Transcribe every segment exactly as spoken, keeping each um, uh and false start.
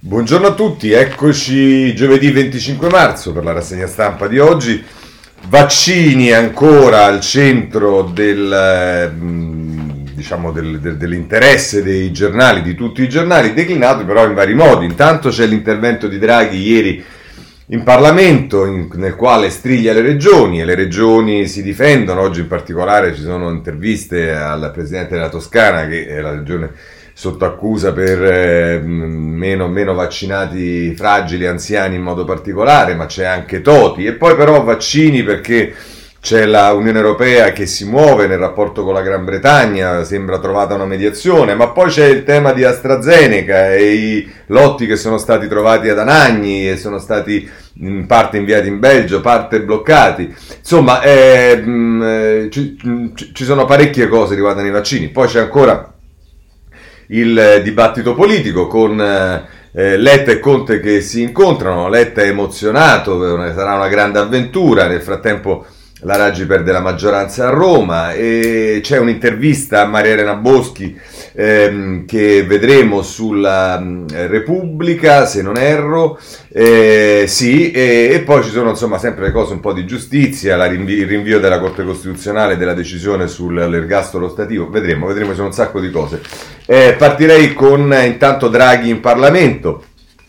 Buongiorno a tutti, eccoci giovedì venticinque marzo per la rassegna stampa di oggi. Vaccini ancora al centro del, diciamo del, del, dell'interesse dei giornali, di tutti i giornali, declinato però in vari modi. Intanto c'è l'intervento di Draghi ieri in Parlamento, in, nel quale striglia le regioni e le regioni si difendono. Oggi in particolare ci sono interviste al Presidente della Toscana, che è la regione sotto accusa per eh, meno, meno vaccinati fragili, anziani in modo particolare, ma c'è anche Toti. E poi però vaccini perché c'è la Unione Europea che si muove nel rapporto con la Gran Bretagna, sembra trovata una mediazione, ma poi c'è il tema di AstraZeneca e i lotti che sono stati trovati ad Anagni e sono stati in parte inviati in Belgio, parte bloccati. Insomma, eh, mh, ci, ci sono parecchie cose riguardanti i vaccini. Poi c'è ancora il dibattito politico con eh, Letta e Conte che si incontrano. Letta è emozionato, sarà una grande avventura. Nel frattempo la Raggi perde la maggioranza a Roma e c'è un'intervista a Maria Elena Boschi ehm, che vedremo sulla mh, Repubblica, se non erro, eh, sì, e, e poi ci sono insomma sempre le cose un po' di giustizia, la rinvi- il rinvio della Corte Costituzionale della decisione sull'ergastolo stativo, vedremo, vedremo, ci sono un sacco di cose. Eh, partirei con intanto Draghi in Parlamento.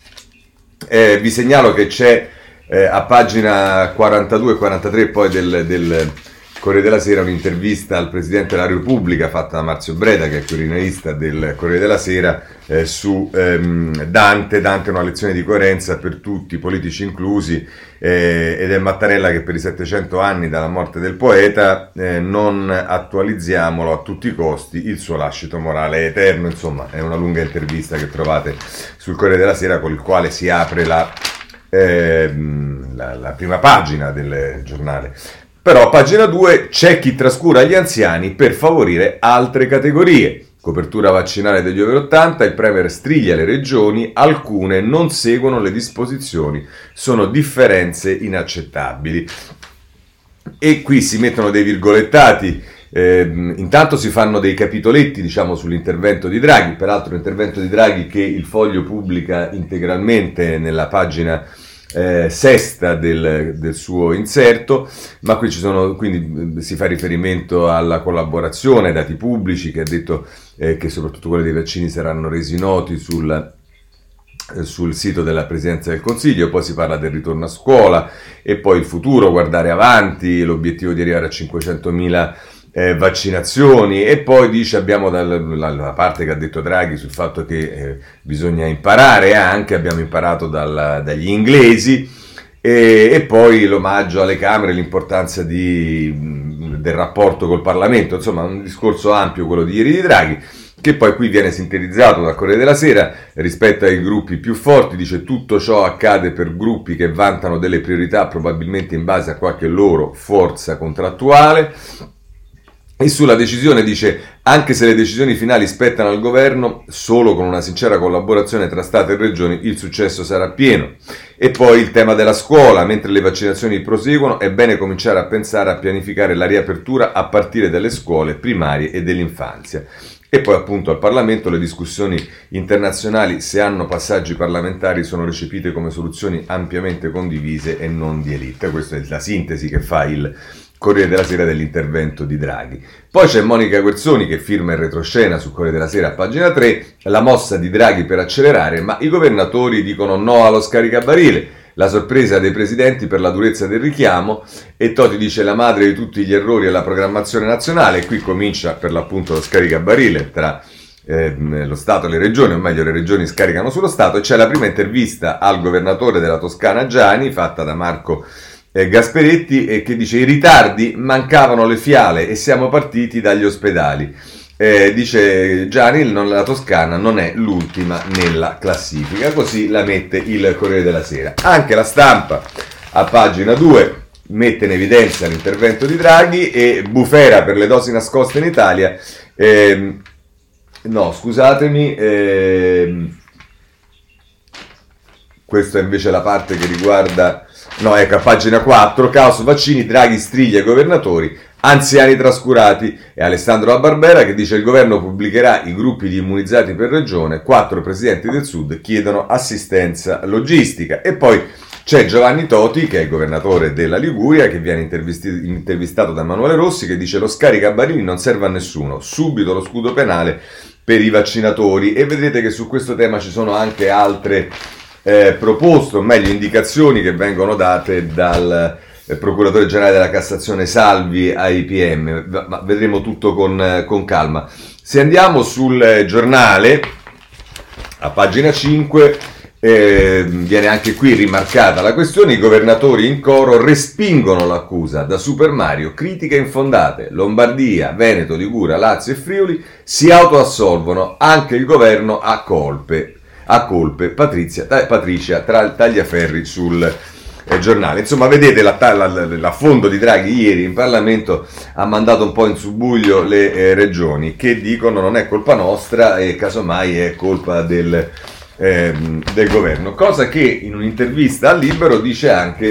Eh, vi segnalo che c'è Eh, a pagina quarantadue e quarantatré poi del, del Corriere della Sera un'intervista al Presidente della Repubblica fatta da Marzio Breda, che è quirinalista del Corriere della Sera, eh, su ehm, Dante. Dante è una lezione di coerenza per tutti, politici inclusi, eh, ed è Mattarella che per i settecento anni dalla morte del poeta eh, non attualizziamolo a tutti i costi, il suo lascito morale è eterno. Insomma, è una lunga intervista che trovate sul Corriere della Sera, con il quale si apre la Eh, la, la prima pagina del giornale. Però a pagina due c'è chi trascura gli anziani per favorire altre categorie. Copertura vaccinale degli over ottanta, il Premier striglia le regioni, alcune non seguono le disposizioni, sono differenze inaccettabili. E qui si mettono dei virgolettati. Eh, intanto si fanno dei capitoletti, diciamo, sull'intervento di Draghi, peraltro l'intervento di Draghi che il Foglio pubblica integralmente nella pagina eh, sesta del, del suo inserto, ma qui ci sono, quindi si fa riferimento alla collaborazione, ai dati pubblici, che ha detto eh, che soprattutto quelli dei vaccini saranno resi noti sul sul sito della Presidenza del Consiglio. Poi si parla del ritorno a scuola e poi il futuro, guardare avanti, l'obiettivo di arrivare a cinquecentomila eh, vaccinazioni, e poi dice, abbiamo dalla parte che ha detto Draghi sul fatto che eh, bisogna imparare anche, abbiamo imparato dal, dagli inglesi, e, e poi l'omaggio alle Camere, l'importanza di, del rapporto col Parlamento. Insomma, un discorso ampio quello di ieri di Draghi, che poi qui viene sintetizzato dal Corriere della Sera rispetto ai gruppi più forti. Dice: tutto ciò accade per gruppi che vantano delle priorità probabilmente in base a qualche loro forza contrattuale. E sulla decisione dice: anche se le decisioni finali spettano al governo, solo con una sincera collaborazione tra Stato e Regioni il successo sarà pieno. E poi il tema della scuola: mentre le vaccinazioni proseguono è bene cominciare a pensare a pianificare la riapertura a partire dalle scuole primarie e dell'infanzia. E poi appunto al Parlamento le discussioni internazionali, se hanno passaggi parlamentari, sono recepite come soluzioni ampiamente condivise e non di elite. Questa è la sintesi che fa il Corriere della Sera dell'intervento di Draghi. Poi c'è Monica Guerzoni che firma il retroscena sul Corriere della Sera a pagina tre, la mossa di Draghi per accelerare, ma i governatori dicono no allo scaricabarile. La sorpresa dei presidenti per la durezza del richiamo, e Toti dice: la madre di tutti gli errori è la programmazione nazionale. E qui comincia per l'appunto lo scaricabarile tra eh, lo Stato e le regioni, o meglio le regioni scaricano sullo Stato, e c'è la prima intervista al governatore della Toscana Giani fatta da Marco eh, Gasperetti, e che dice: i ritardi, mancavano le fiale e siamo partiti dagli ospedali. Eh, dice Gianni, non, la Toscana non è l'ultima nella classifica. Così la mette il Corriere della Sera. Anche La Stampa a pagina due mette in evidenza l'intervento di Draghi e bufera per le dosi nascoste in Italia. Eh, no, scusatemi, eh, questa è invece la parte che riguarda, no ecco, a pagina quattro, caos vaccini, Draghi striglia i governatori, anziani trascurati, e Alessandro La Barbera che dice il governo pubblicherà i gruppi di immunizzati per regione, quattro presidenti del sud chiedono assistenza logistica. E poi c'è Giovanni Toti, che è il governatore della Liguria, che viene intervistato da Emanuele Rossi, che dice lo scaricabarile non serve a nessuno, subito lo scudo penale per i vaccinatori. E vedrete che su questo tema ci sono anche altre eh, proposte, o meglio indicazioni che vengono date dal eh, procuratore generale della Cassazione Salvi ai P M, ma vedremo tutto con, con calma. Se andiamo sul giornale, a pagina cinque, Eh, viene anche qui rimarcata la questione, i governatori in coro respingono l'accusa, da Super Mario critiche infondate, Lombardia, Veneto, Liguria, Lazio e Friuli si autoassolvono, anche il governo ha colpe, ha colpe, Patrizia, Patricia tra, Tagliaferri sul eh, giornale. Insomma, vedete la, la, l'affondo di Draghi ieri in Parlamento ha mandato un po' in subbuglio le eh, regioni, che dicono non è colpa nostra e casomai è colpa del Eh, del governo, cosa che in un'intervista al Libero dice anche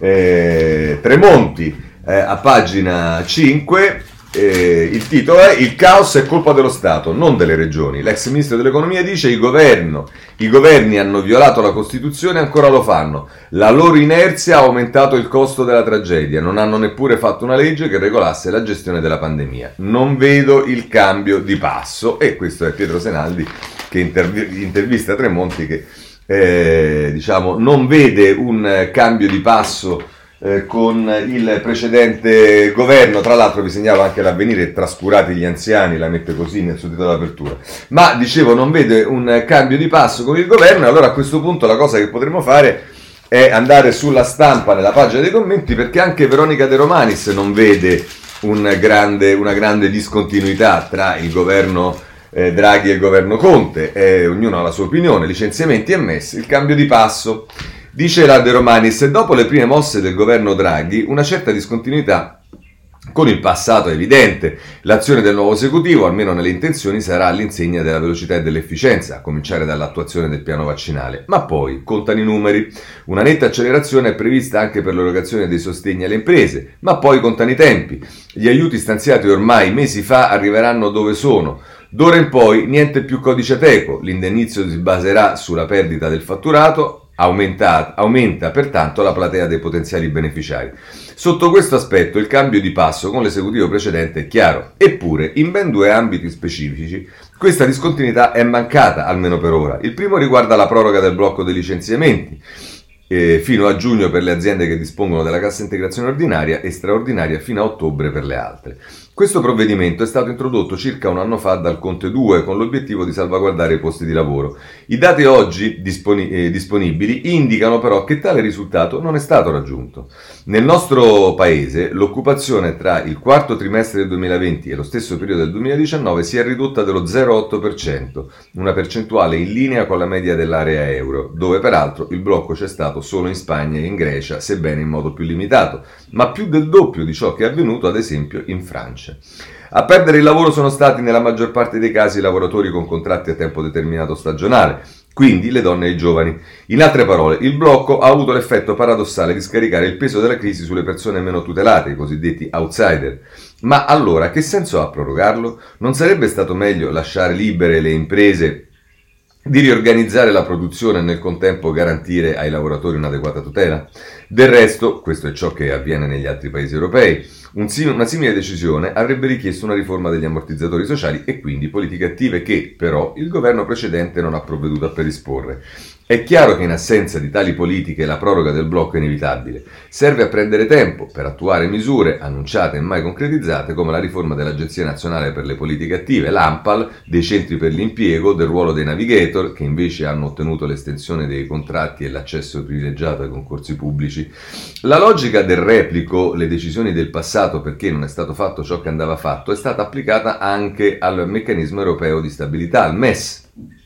eh, Tremonti eh, a pagina cinque. Eh, il titolo è "Il caos è colpa dello Stato, non delle regioni". L'ex ministro dell'economia dice il governo, i governi hanno violato la Costituzione e ancora lo fanno, la loro inerzia ha aumentato il costo della tragedia, non hanno neppure fatto una legge che regolasse la gestione della pandemia, non vedo il cambio di passo. E questo è Pietro Senaldi che interv- intervista Tremonti, che eh, diciamo non vede un cambio di passo eh, con il precedente governo. Tra l'altro vi segnalo anche l'Avvenire, trascurati gli anziani, la mette così nel suo titolo d'apertura, ma dicevo non vede un cambio di passo con il governo. Allora a questo punto la cosa che potremmo fare è andare sulla Stampa, nella pagina dei commenti, perché anche Veronica De Romanis non vede un grande, una grande discontinuità tra il governo Eh, Draghi e il governo Conte, eh, ognuno ha la sua opinione, licenziamenti e messi, il cambio di passo. Dice la De Romanis, dopo le prime mosse del governo Draghi, una certa discontinuità con il passato è evidente. L'azione del nuovo esecutivo, almeno nelle intenzioni, sarà all'insegna della velocità e dell'efficienza, a cominciare dall'attuazione del piano vaccinale. Ma poi, contano i numeri, una netta accelerazione è prevista anche per l'erogazione dei sostegni alle imprese, ma poi contano i tempi. Gli aiuti stanziati ormai mesi fa arriveranno dove sono. D'ora in poi niente più codice Ateco, l'indennizzo si baserà sulla perdita del fatturato, aumenta, aumenta pertanto la platea dei potenziali beneficiari. Sotto questo aspetto il cambio di passo con l'esecutivo precedente è chiaro, eppure in ben due ambiti specifici questa discontinuità è mancata, almeno per ora. Il primo riguarda la proroga del blocco dei licenziamenti, Eh, fino a giugno per le aziende che dispongono della cassa integrazione ordinaria e straordinaria fino a ottobre per le altre. Questo provvedimento è stato introdotto circa un anno fa dal Conte due con l'obiettivo di salvaguardare i posti di lavoro. I dati oggi disponi- eh, disponibili indicano però che tale risultato non è stato raggiunto. Nel nostro paese l'occupazione tra il quarto trimestre del duemilaventi e lo stesso periodo del duemiladiciannove si è ridotta dello zero virgola otto per cento, una percentuale in linea con la media dell'area euro, dove peraltro il blocco c'è stato solo in Spagna e in Grecia, sebbene in modo più limitato, ma più del doppio di ciò che è avvenuto ad esempio in Francia. A perdere il lavoro sono stati nella maggior parte dei casi i lavoratori con contratti a tempo determinato stagionale, quindi le donne e i giovani. In altre parole, il blocco ha avuto l'effetto paradossale di scaricare il peso della crisi sulle persone meno tutelate, i cosiddetti outsider. Ma allora che senso ha prorogarlo? Non sarebbe stato meglio lasciare libere le imprese di riorganizzare la produzione e nel contempo garantire ai lavoratori un'adeguata tutela? Del resto, questo è ciò che avviene negli altri paesi europei, un sim- una simile decisione avrebbe richiesto una riforma degli ammortizzatori sociali e quindi politiche attive che, però, il governo precedente non ha provveduto a predisporre. È chiaro che in assenza di tali politiche la proroga del blocco è inevitabile. Serve a prendere tempo per attuare misure annunciate e mai concretizzate come la riforma dell'Agenzia Nazionale per le Politiche Attive, l'ANPAL, dei centri per l'impiego, del ruolo dei navigator, che invece hanno ottenuto l'estensione dei contratti e l'accesso privilegiato ai concorsi pubblici. La logica del replico, le decisioni del passato perché non è stato fatto ciò che andava fatto, è stata applicata anche al meccanismo europeo di stabilità, al M E S.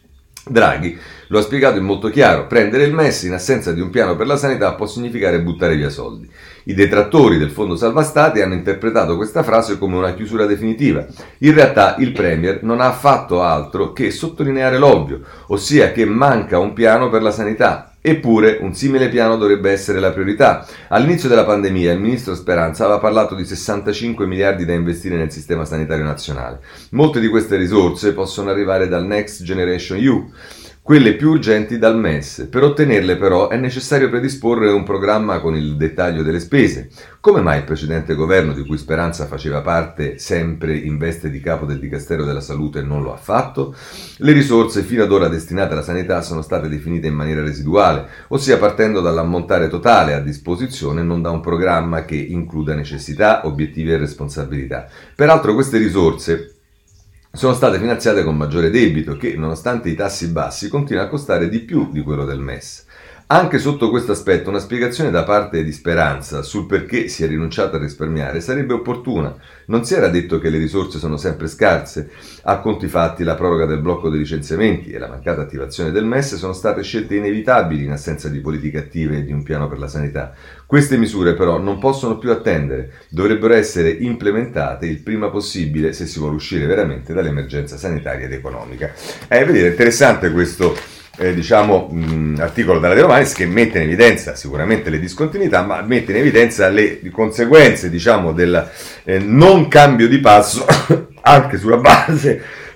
Draghi lo ha spiegato in molto chiaro, prendere il M E S in assenza di un piano per la sanità può significare buttare via soldi. I detrattori del Fondo Salva Stati hanno interpretato questa frase come una chiusura definitiva. In realtà il Premier non ha fatto altro che sottolineare l'ovvio, ossia che manca un piano per la sanità. Eppure un simile piano dovrebbe essere la priorità. All'inizio della pandemia il ministro Speranza aveva parlato di sessantacinque miliardi da investire nel sistema sanitario nazionale. Molte di queste risorse possono arrivare dal Next Generation E U, quelle più urgenti dal M E S. Per ottenerle però è necessario predisporre un programma con il dettaglio delle spese. Come mai il precedente governo, di cui Speranza faceva parte sempre in veste di capo del Dicastero della Salute, non lo ha fatto? Le risorse fino ad ora destinate alla sanità sono state definite in maniera residuale, ossia partendo dall'ammontare totale a disposizione, non da un programma che includa necessità, obiettivi e responsabilità. Peraltro queste risorse sono state finanziate con maggiore debito che, nonostante i tassi bassi, continua a costare di più di quello del M E S. Anche sotto questo aspetto una spiegazione da parte di Speranza sul perché si è rinunciato a risparmiare sarebbe opportuna. Non si era detto che le risorse sono sempre scarse? A conti fatti la proroga del blocco dei licenziamenti e la mancata attivazione del M E S sono state scelte inevitabili in assenza di politiche attive e di un piano per la sanità. Queste misure però non possono più attendere, dovrebbero essere implementate il prima possibile se si vuole uscire veramente dall'emergenza sanitaria ed economica. È vedere interessante questo Eh, diciamo, mh, articolo della De Romanis, che mette in evidenza sicuramente le discontinuità, ma mette in evidenza le conseguenze, diciamo, del eh, non cambio di passo anche sulla base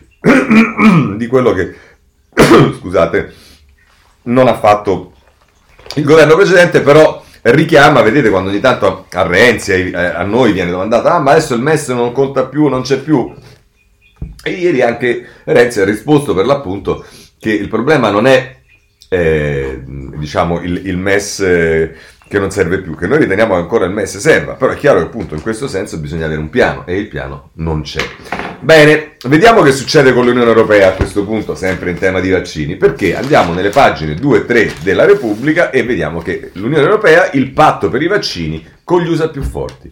di quello che scusate non ha fatto il governo precedente. Però richiama, vedete, quando ogni tanto a Renzi, eh, a noi viene domandata ah ma adesso il M E S non conta più, non c'è più, e ieri anche Renzi ha risposto per l'appunto che il problema non è eh, diciamo il, il M E S eh, che non serve più, che noi riteniamo che ancora il M E S serva, però è chiaro che appunto in questo senso bisogna avere un piano e il piano non c'è. Bene, vediamo che succede con l'Unione Europea a questo punto, sempre in tema di vaccini, perché andiamo nelle pagine due e tre della Repubblica e vediamo che l'Unione Europea, il patto per i vaccini con gli U S A più forti.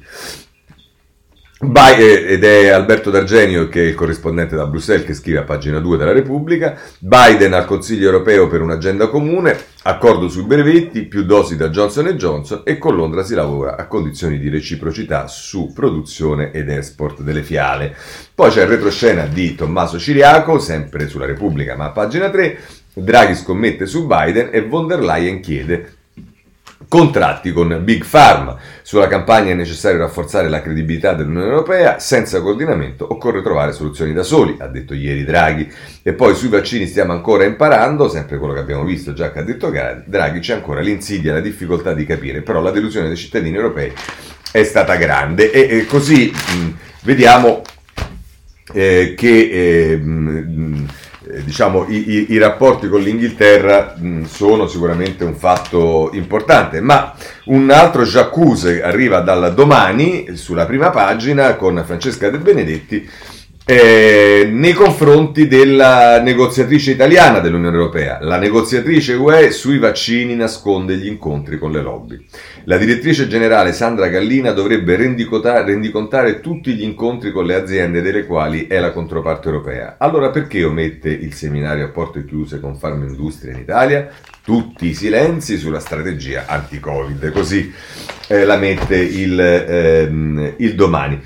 By, ed è Alberto D'Argenio, che è il corrispondente da Bruxelles, che scrive a pagina due della Repubblica: Biden al Consiglio europeo per un'agenda comune, accordo sui brevetti, più dosi da Johnson and Johnson, e con Londra si lavora a condizioni di reciprocità su produzione ed export delle fiale. Poi c'è il retroscena di Tommaso Ciriaco, sempre sulla Repubblica, ma a pagina tre, Draghi scommette su Biden e von der Leyen chiede contratti con Big Pharma. Sulla campagna è necessario rafforzare la credibilità dell'Unione Europea, senza coordinamento occorre trovare soluzioni da soli, ha detto ieri Draghi. E poi sui vaccini stiamo ancora imparando, sempre quello che abbiamo visto già che ha detto Draghi, c'è ancora l'insidia e la difficoltà di capire, però la delusione dei cittadini europei è stata grande. E, e così mh, vediamo eh, che eh, mh, Eh, diciamo i, i, i rapporti con l'Inghilterra mh, sono sicuramente un fatto importante, ma un altro j'accuse arriva dal Domani sulla prima pagina con Francesca De Benedetti eh, nei confronti della negoziatrice italiana dell'Unione Europea. La negoziatrice U E sui vaccini nasconde gli incontri con le lobby. La direttrice generale Sandra Gallina dovrebbe rendicontare tutti gli incontri con le aziende delle quali è la controparte europea. Allora perché omette il seminario a porte chiuse con Farmindustria in Italia? Tutti i silenzi sulla strategia anti-Covid. Così eh, la mette il, ehm, il Domani.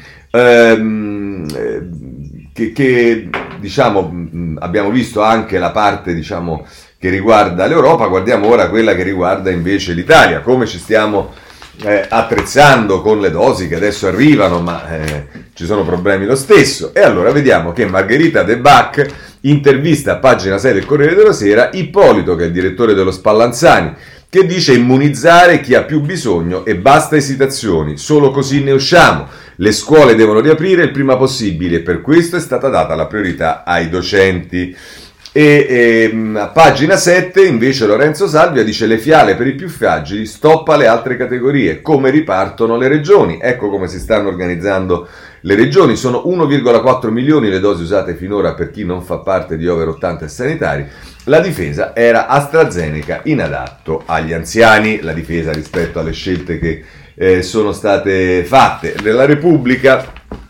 Ehm, eh, che, che diciamo abbiamo visto anche la parte diciamo che riguarda l'Europa, guardiamo ora quella che riguarda invece l'Italia, come ci stiamo eh, attrezzando con le dosi che adesso arrivano, ma eh, ci sono problemi lo stesso. E allora vediamo che Margherita De Bach intervista a pagina sei del Corriere della Sera Ippolito, che è il direttore dello Spallanzani, che dice immunizzare chi ha più bisogno e basta esitazioni, solo così ne usciamo. Le scuole devono riaprire il prima possibile e per questo è stata data la priorità ai docenti. E, e a pagina sette invece Lorenzo Salvia dice le fiale per i più fragili, stop alle altre categorie, come ripartono le regioni. Ecco come si stanno organizzando le regioni. Sono uno virgola quattro milioni le dosi usate finora per chi non fa parte di over ottanta e sanitari. La difesa era AstraZeneca inadatto agli anziani, la difesa rispetto alle scelte che eh, sono state fatte. Nella Repubblica,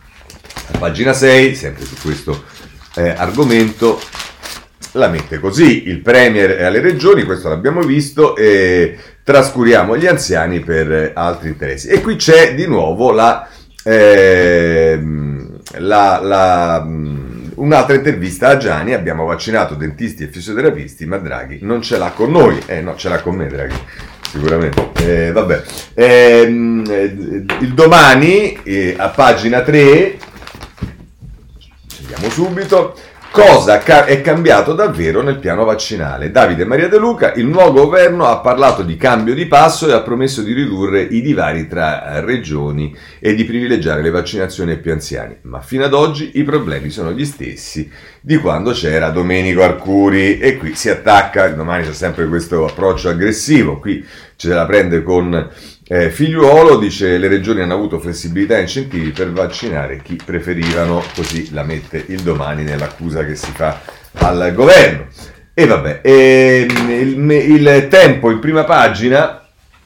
a pagina sei, sempre su questo eh, argomento, la mette così: il premier alle regioni, questo l'abbiamo visto, e trascuriamo gli anziani per altri interessi. E qui c'è di nuovo la, eh, la, la un'altra intervista a Gianni: abbiamo vaccinato dentisti e fisioterapisti, ma Draghi non ce l'ha con noi. Eh no, ce l'ha con me Draghi, sicuramente. Eh, vabbè. Eh, il Domani, eh, a pagina tre, vediamo subito. Cosa è cambiato davvero nel piano vaccinale? Davide Maria De Luca: il nuovo governo ha parlato di cambio di passo e ha promesso di ridurre i divari tra regioni e di privilegiare le vaccinazioni ai più anziani. Ma fino ad oggi i problemi sono gli stessi di quando c'era Domenico Arcuri, e qui si attacca. Il Domani c'è sempre questo approccio aggressivo, qui ce la prende con eh, Figliuolo, dice le regioni hanno avuto flessibilità e incentivi per vaccinare chi preferivano, così la mette il Domani nell'accusa che si fa al governo. E vabbè, e, il, il Tempo in prima pagina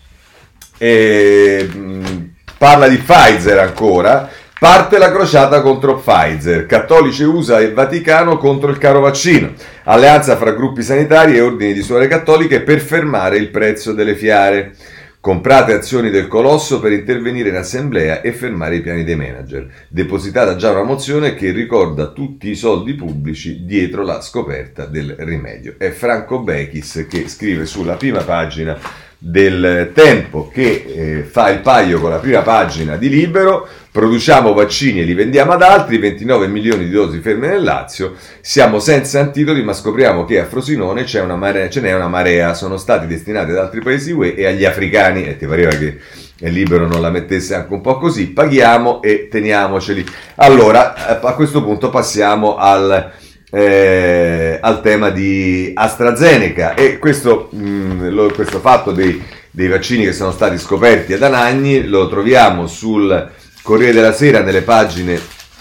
e, parla di Pfizer ancora. Parte la crociata contro Pfizer, cattolici U S A e Vaticano contro il caro vaccino, alleanza fra gruppi sanitari e ordini di suore cattoliche per fermare il prezzo delle fiare. Comprate azioni del Colosso per intervenire in assemblea e fermare i piani dei manager. Depositata già una mozione che ricorda tutti i soldi pubblici dietro la scoperta del rimedio. È Franco Bechis che scrive sulla prima pagina del Tempo, che eh, fa il paio con la prima pagina di Libero. Produciamo vaccini e li vendiamo ad altri, ventinove milioni di dosi ferme nel Lazio, siamo senza antidoti ma scopriamo che a Frosinone c'è una marea, ce n'è una marea, sono stati destinati ad altri paesi U E e agli africani, e ti pareva che il Libero non la mettesse anche un po' così, paghiamo e teniamoceli. Allora, a questo punto passiamo al... Eh, al tema di AstraZeneca, e questo, mh, lo, questo fatto dei, dei vaccini che sono stati scoperti ad Anagni lo troviamo sul Corriere della Sera nelle pagine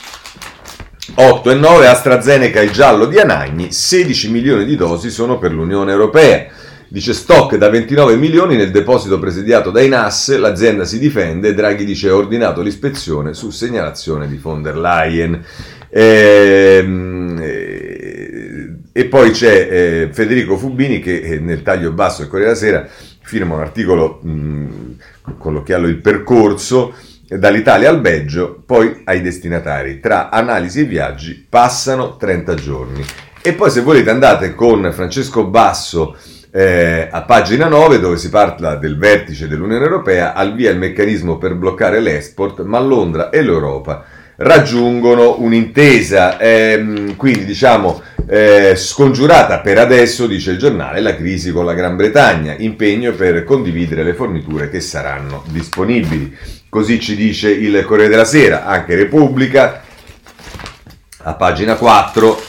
otto e nove. AstraZeneca il giallo di Anagni, sedici milioni di dosi sono per l'Unione Europea. Dice stock da ventinove milioni nel deposito presidiato dai N A S, l'azienda si difende, Draghi dice ha ordinato l'ispezione su segnalazione di von der Leyen. Ehm, eh, e poi c'è eh, Federico Fubini che eh, nel taglio basso del Corriere della Sera firma un articolo mh, con l'occhiello il percorso eh, dall'Italia al Belgio, poi ai destinatari. Tra analisi e viaggi passano trenta giorni. E poi se volete andate con Francesco Basso Eh, a pagina nove, dove si parla del vertice dell'Unione Europea, al via il meccanismo per bloccare l'export, ma Londra e l'Europa raggiungono un'intesa, ehm, quindi diciamo eh, scongiurata per adesso, dice il giornale, la crisi con la Gran Bretagna, impegno per condividere le forniture che saranno disponibili. Così ci dice il Corriere della Sera. Anche Repubblica, a pagina quattro,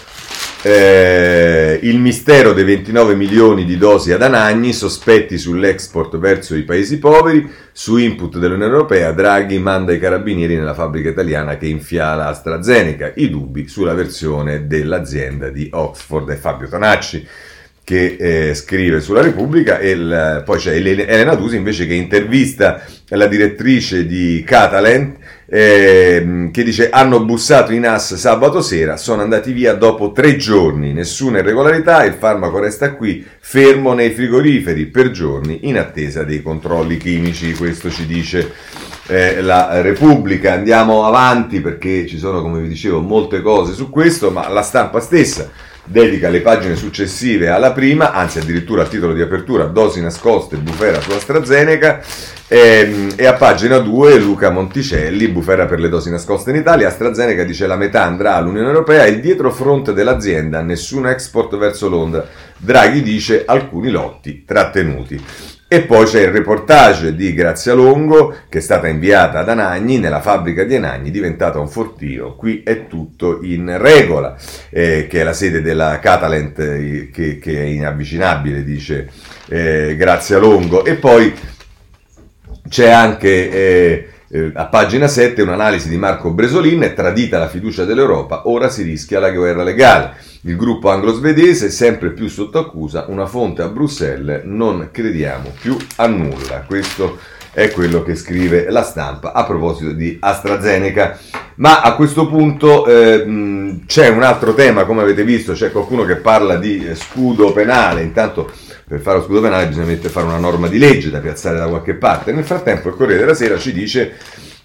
Eh, il mistero dei ventinove milioni di dosi ad Anagni, sospetti sull'export verso i paesi poveri, su input dell'Unione Europea Draghi manda i carabinieri nella fabbrica italiana che infiala AstraZeneca, i dubbi sulla versione dell'azienda di Oxford. È Fabio Tonacci che eh, scrive sulla Repubblica, e il, poi c'è Elena Dusi invece che intervista la direttrice di Catalent, eh, che dice hanno bussato i N A S sabato sera, sono andati via dopo tre giorni, nessuna irregolarità, il farmaco resta qui fermo nei frigoriferi per giorni in attesa dei controlli chimici. Questo ci dice eh, la Repubblica. Andiamo avanti perché ci sono, come vi dicevo, molte cose su questo, ma la Stampa stessa dedica le pagine successive alla prima, anzi addirittura a titolo di apertura, dosi nascoste, bufera su AstraZeneca, e, e a pagina due Luca Monticelli, bufera per le dosi nascoste in Italia, AstraZeneca dice la metà andrà all'Unione Europea, il dietrofront dell'azienda, nessun export verso Londra, Draghi dice alcuni lotti trattenuti. E poi c'è il reportage di Grazia Longo, che è stata inviata ad Anagni, nella fabbrica di Anagni, diventata un fortino, qui è tutto in regola, eh, che è la sede della Catalent, eh, che, che è inavvicinabile, dice eh, Grazia Longo. E poi c'è anche eh, eh, a pagina sette un'analisi di Marco Bresolin, è tradita la fiducia dell'Europa, ora si rischia la guerra legale. Il gruppo anglo-svedese sempre più sotto accusa, una fonte a Bruxelles, non crediamo più a nulla. Questo è quello che scrive la Stampa a proposito di AstraZeneca. Ma a questo punto eh, c'è un altro tema, come avete visto, c'è qualcuno che parla di scudo penale. Intanto per fare lo scudo penale bisogna fare una norma di legge da piazzare da qualche parte. Nel frattempo il Corriere della Sera ci dice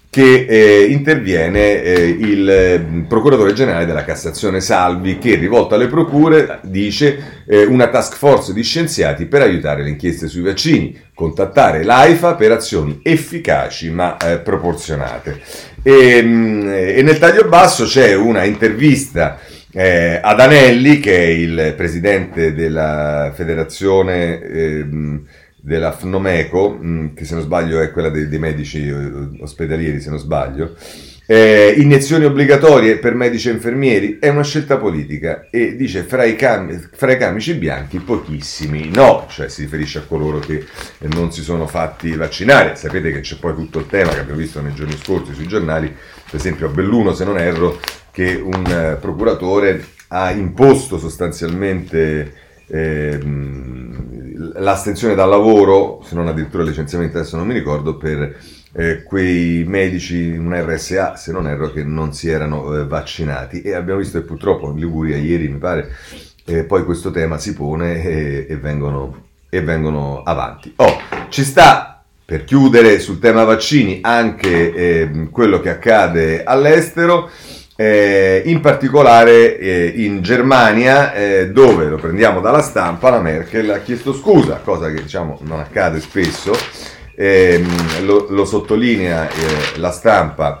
che eh, interviene eh, il eh, procuratore generale della Cassazione Salvi, che rivolto alle procure dice eh, una task force di scienziati per aiutare le inchieste sui vaccini, contattare l'AIFA per azioni efficaci ma eh, proporzionate. E, mh, e nel taglio basso c'è una intervista eh, ad Anelli, che è il presidente della federazione eh, della FNOMECO, che se non sbaglio è quella dei, dei medici ospedalieri, se non sbaglio. Eh, iniezioni obbligatorie per medici e infermieri è una scelta politica, e dice fra i, cam- fra i camici bianchi pochissimi no, cioè si riferisce a coloro che non si sono fatti vaccinare. Sapete che c'è poi tutto il tema che abbiamo visto nei giorni scorsi sui giornali, per esempio a Belluno, se non erro, che un uh, procuratore ha imposto sostanzialmente eh, l'astensione dal lavoro, se non addirittura il licenziamento, adesso non mi ricordo, per eh, quei medici in un R S A, se non erro, che non si erano eh, vaccinati. E abbiamo visto che purtroppo in Liguria ieri, mi pare, eh, poi questo tema si pone e, e, vengono, e vengono avanti. Oh, ci sta, per chiudere sul tema vaccini, anche eh, quello che accade all'estero. Eh, in particolare eh, in Germania, eh, dove, lo prendiamo dalla stampa, la Merkel ha chiesto scusa, cosa che diciamo non accade spesso, eh, lo, lo sottolinea eh, la stampa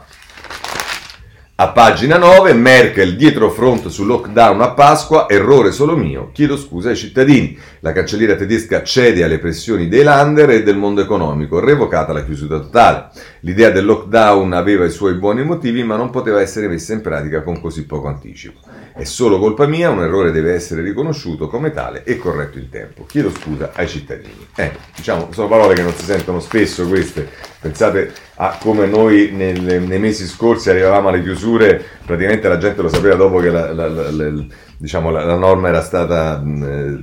a pagina nove. Merkel dietro front sul lockdown a Pasqua, errore solo mio, chiedo scusa ai cittadini. La cancelliera tedesca cede alle pressioni dei Länder e del mondo economico, revocata la chiusura totale. L'idea del lockdown aveva i suoi buoni motivi, ma non poteva essere messa in pratica con così poco anticipo. È solo colpa mia, un errore deve essere riconosciuto come tale e corretto in tempo. Chiedo scusa ai cittadini. Eh, diciamo, sono parole che non si sentono spesso queste. Pensate a come noi nel, nei mesi scorsi arrivavamo alle chiusure, praticamente la gente lo sapeva dopo che la, la, la, la, diciamo, la, la norma era stata eh,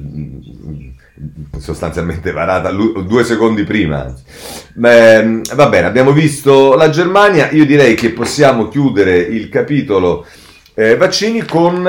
sostanzialmente varata due secondi prima. Beh, va bene, abbiamo visto la Germania. Io direi che possiamo chiudere il capitolo eh, vaccini con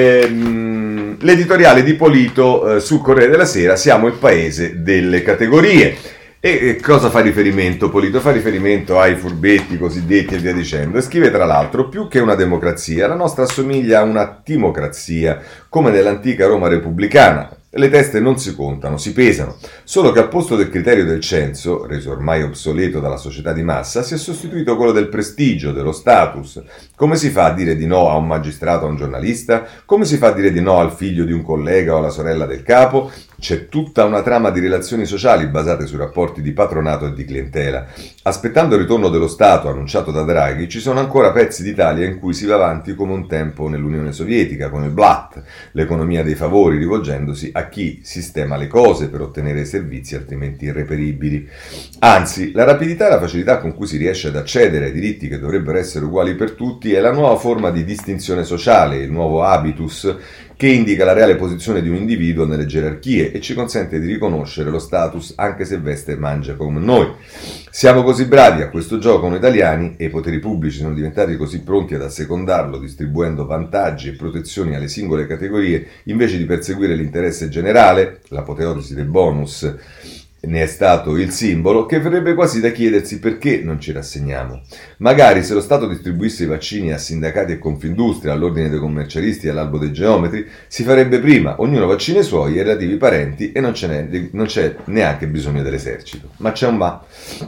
ehm, l'editoriale di Polito eh, sul Corriere della Sera. Siamo il paese delle categorie. E cosa fa riferimento Polito? Fa riferimento ai furbetti cosiddetti e via dicendo, e scrive tra l'altro: più che una democrazia, la nostra assomiglia a una timocrazia, come nell'antica Roma repubblicana. Le teste non si contano, si pesano, solo che al posto del criterio del censo, reso ormai obsoleto dalla società di massa, si è sostituito quello del prestigio, dello status. Come si fa a dire di no a un magistrato, a un giornalista? Come si fa a dire di no al figlio di un collega o alla sorella del capo? C'è tutta una trama di relazioni sociali basate sui rapporti di patronato e di clientela. Aspettando il ritorno dello Stato annunciato da Draghi, ci sono ancora pezzi d'Italia in cui si va avanti come un tempo nell'Unione Sovietica, con il Blatt, l'economia dei favori, rivolgendosi a chi sistema le cose per ottenere servizi altrimenti irreperibili. Anzi, la rapidità e la facilità con cui si riesce ad accedere ai diritti che dovrebbero essere uguali per tutti è la nuova forma di distinzione sociale, il nuovo habitus, che indica la reale posizione di un individuo nelle gerarchie e ci consente di riconoscere lo status anche se veste e mangia come noi. Siamo così bravi a questo gioco noi italiani, e i poteri pubblici sono diventati così pronti ad assecondarlo, distribuendo vantaggi e protezioni alle singole categorie invece di perseguire l'interesse generale, l'apoteosi del bonus ne è stato il simbolo, che verrebbe quasi da chiedersi perché non ci rassegniamo. Magari se lo Stato distribuisse i vaccini a sindacati e Confindustria, all'ordine dei commercialisti e all'albo dei geometri, si farebbe prima, ognuno vaccina i suoi e i relativi parenti, e non, ce n'è, non c'è neanche bisogno dell'esercito. Ma c'è un ma.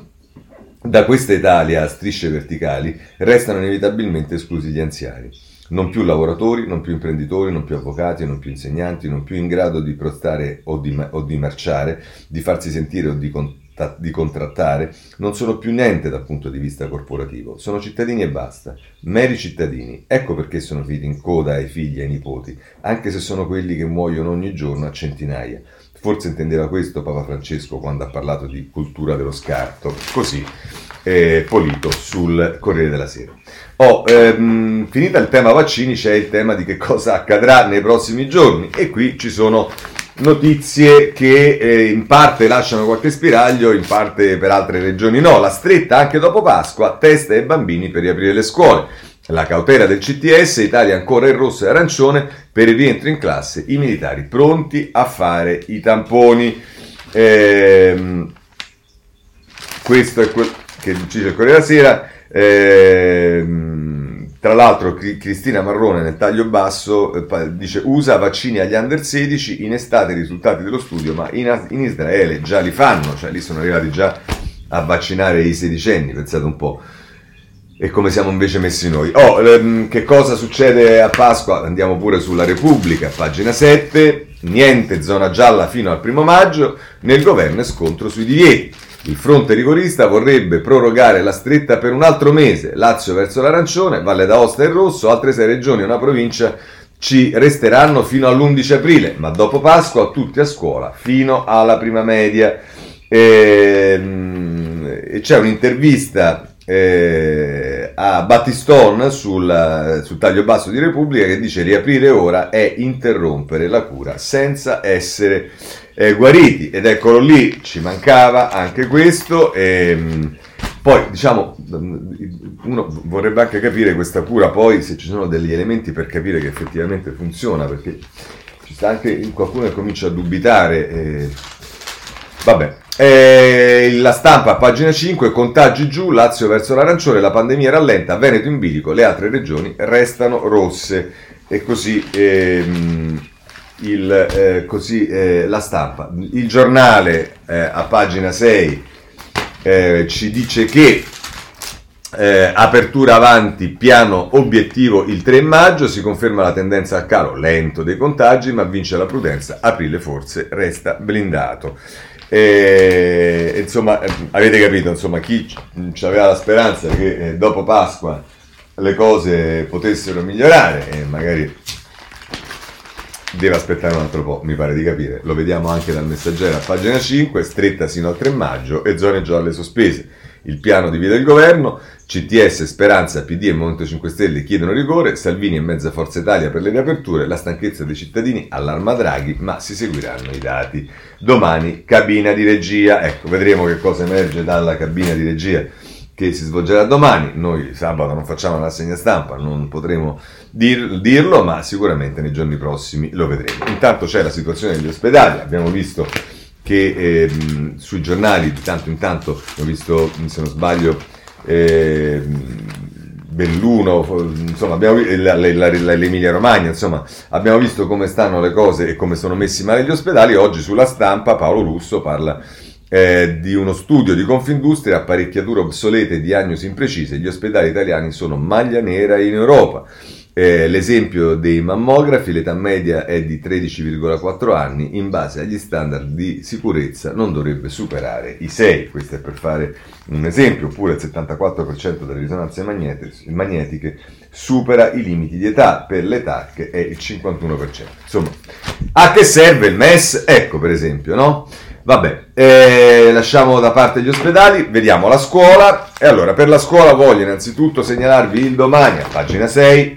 Da questa Italia a strisce verticali restano inevitabilmente esclusi gli anziani. Non più lavoratori, non più imprenditori, non più avvocati, non più insegnanti, non più in grado di protestare o di, o di marciare, di farsi sentire o di, conta- di contrattare, non sono più niente dal punto di vista corporativo. Sono cittadini e basta, meri cittadini. Ecco perché sono finiti in coda ai figli e ai nipoti, anche se sono quelli che muoiono ogni giorno a centinaia. Forse intendeva questo Papa Francesco quando ha parlato di cultura dello scarto. Così eh, Polito sul Corriere della Sera. Oh, ehm, finita il tema vaccini, c'è il tema di che cosa accadrà nei prossimi giorni, e qui ci sono notizie che eh, in parte lasciano qualche spiraglio, in parte per altre regioni no. La stretta anche dopo Pasqua, test ai bambini per riaprire le scuole. La cautela del C T S, Italia ancora in rosso e arancione per il rientro in classe, i militari pronti a fare i tamponi. Ehm, questo è quel... che dice il Corriere della Sera, ehm, tra l'altro Cristina Marrone nel taglio basso eh, dice U S A vaccini agli under sedici, in estate i risultati dello studio, ma in, in Israele già li fanno, cioè lì sono arrivati già a vaccinare i sedicenni, pensate un po'. E come siamo invece messi noi. Oh, ehm, che cosa succede a Pasqua? Andiamo pure sulla Repubblica, pagina sette, niente zona gialla fino al primo maggio, nel governo è scontro sui divieti. Il fronte rigorista vorrebbe prorogare la stretta per un altro mese, Lazio verso l'arancione, Valle d'Aosta e il rosso, altre sei regioni e una provincia ci resteranno fino all'undici aprile, ma dopo Pasqua tutti a scuola fino alla prima media. E, e c'è un'intervista Eh, a Battistone sul, sul taglio basso di Repubblica che dice riaprire ora è interrompere la cura senza essere eh, guariti, ed eccolo lì, ci mancava anche questo. E, poi diciamo uno vorrebbe anche capire questa cura, poi se ci sono degli elementi per capire che effettivamente funziona, perché ci sta anche qualcuno che comincia a dubitare. eh, vabbè. Eh, la Stampa a pagina cinque, contagi giù, Lazio verso l'arancione, la pandemia rallenta, Veneto in bilico, le altre regioni restano rosse. E così, ehm, il, eh, così eh, la Stampa. Il Giornale eh, a pagina sei eh, ci dice che eh, apertura avanti, piano obiettivo il tre maggio, si conferma la tendenza al calo lento dei contagi, ma vince la prudenza, aprile forse resta blindato. E, insomma, avete capito, insomma, chi c- aveva la speranza che eh, dopo Pasqua le cose potessero migliorare, e magari deve aspettare un altro po', mi pare di capire. Lo vediamo anche dal Messaggero a pagina cinque, stretta sino al tre maggio e zone gialle sospese. Il piano divide il governo, C T S, Speranza, P D e Movimento cinque Stelle chiedono rigore, Salvini e mezza Forza Italia per le riaperture, la stanchezza dei cittadini, allarma Draghi, ma si seguiranno i dati. Domani cabina di regia, ecco, vedremo che cosa emerge dalla cabina di regia che si svolgerà domani. Noi sabato non facciamo la rassegna stampa, non potremo dir, dirlo, ma sicuramente nei giorni prossimi lo vedremo. Intanto c'è la situazione degli ospedali, abbiamo visto che eh, sui giornali di tanto in tanto, ho visto, se non sbaglio, eh, Belluno, insomma, abbiamo visto l'Emilia Romagna, insomma, abbiamo visto come stanno le cose e come sono messi male gli ospedali. Oggi sulla Stampa Paolo Russo parla eh, di uno studio di Confindustria, apparecchiature obsolete e diagnosi imprecise, gli ospedali italiani sono maglia nera in Europa. Eh, l'esempio dei mammografi, l'età media è di tredici virgola quattro anni, in base agli standard di sicurezza non dovrebbe superare i sei, questo è per fare un esempio. Oppure il settantaquattro per cento delle risonanze magnetiche supera i limiti di età, per l'età che è il cinquantuno per cento. Insomma, a che serve il M E S? Ecco, per esempio, no? Vabbè, eh, lasciamo da parte gli ospedali, vediamo la scuola. E allora, per la scuola voglio innanzitutto segnalarvi il Domani a pagina sei,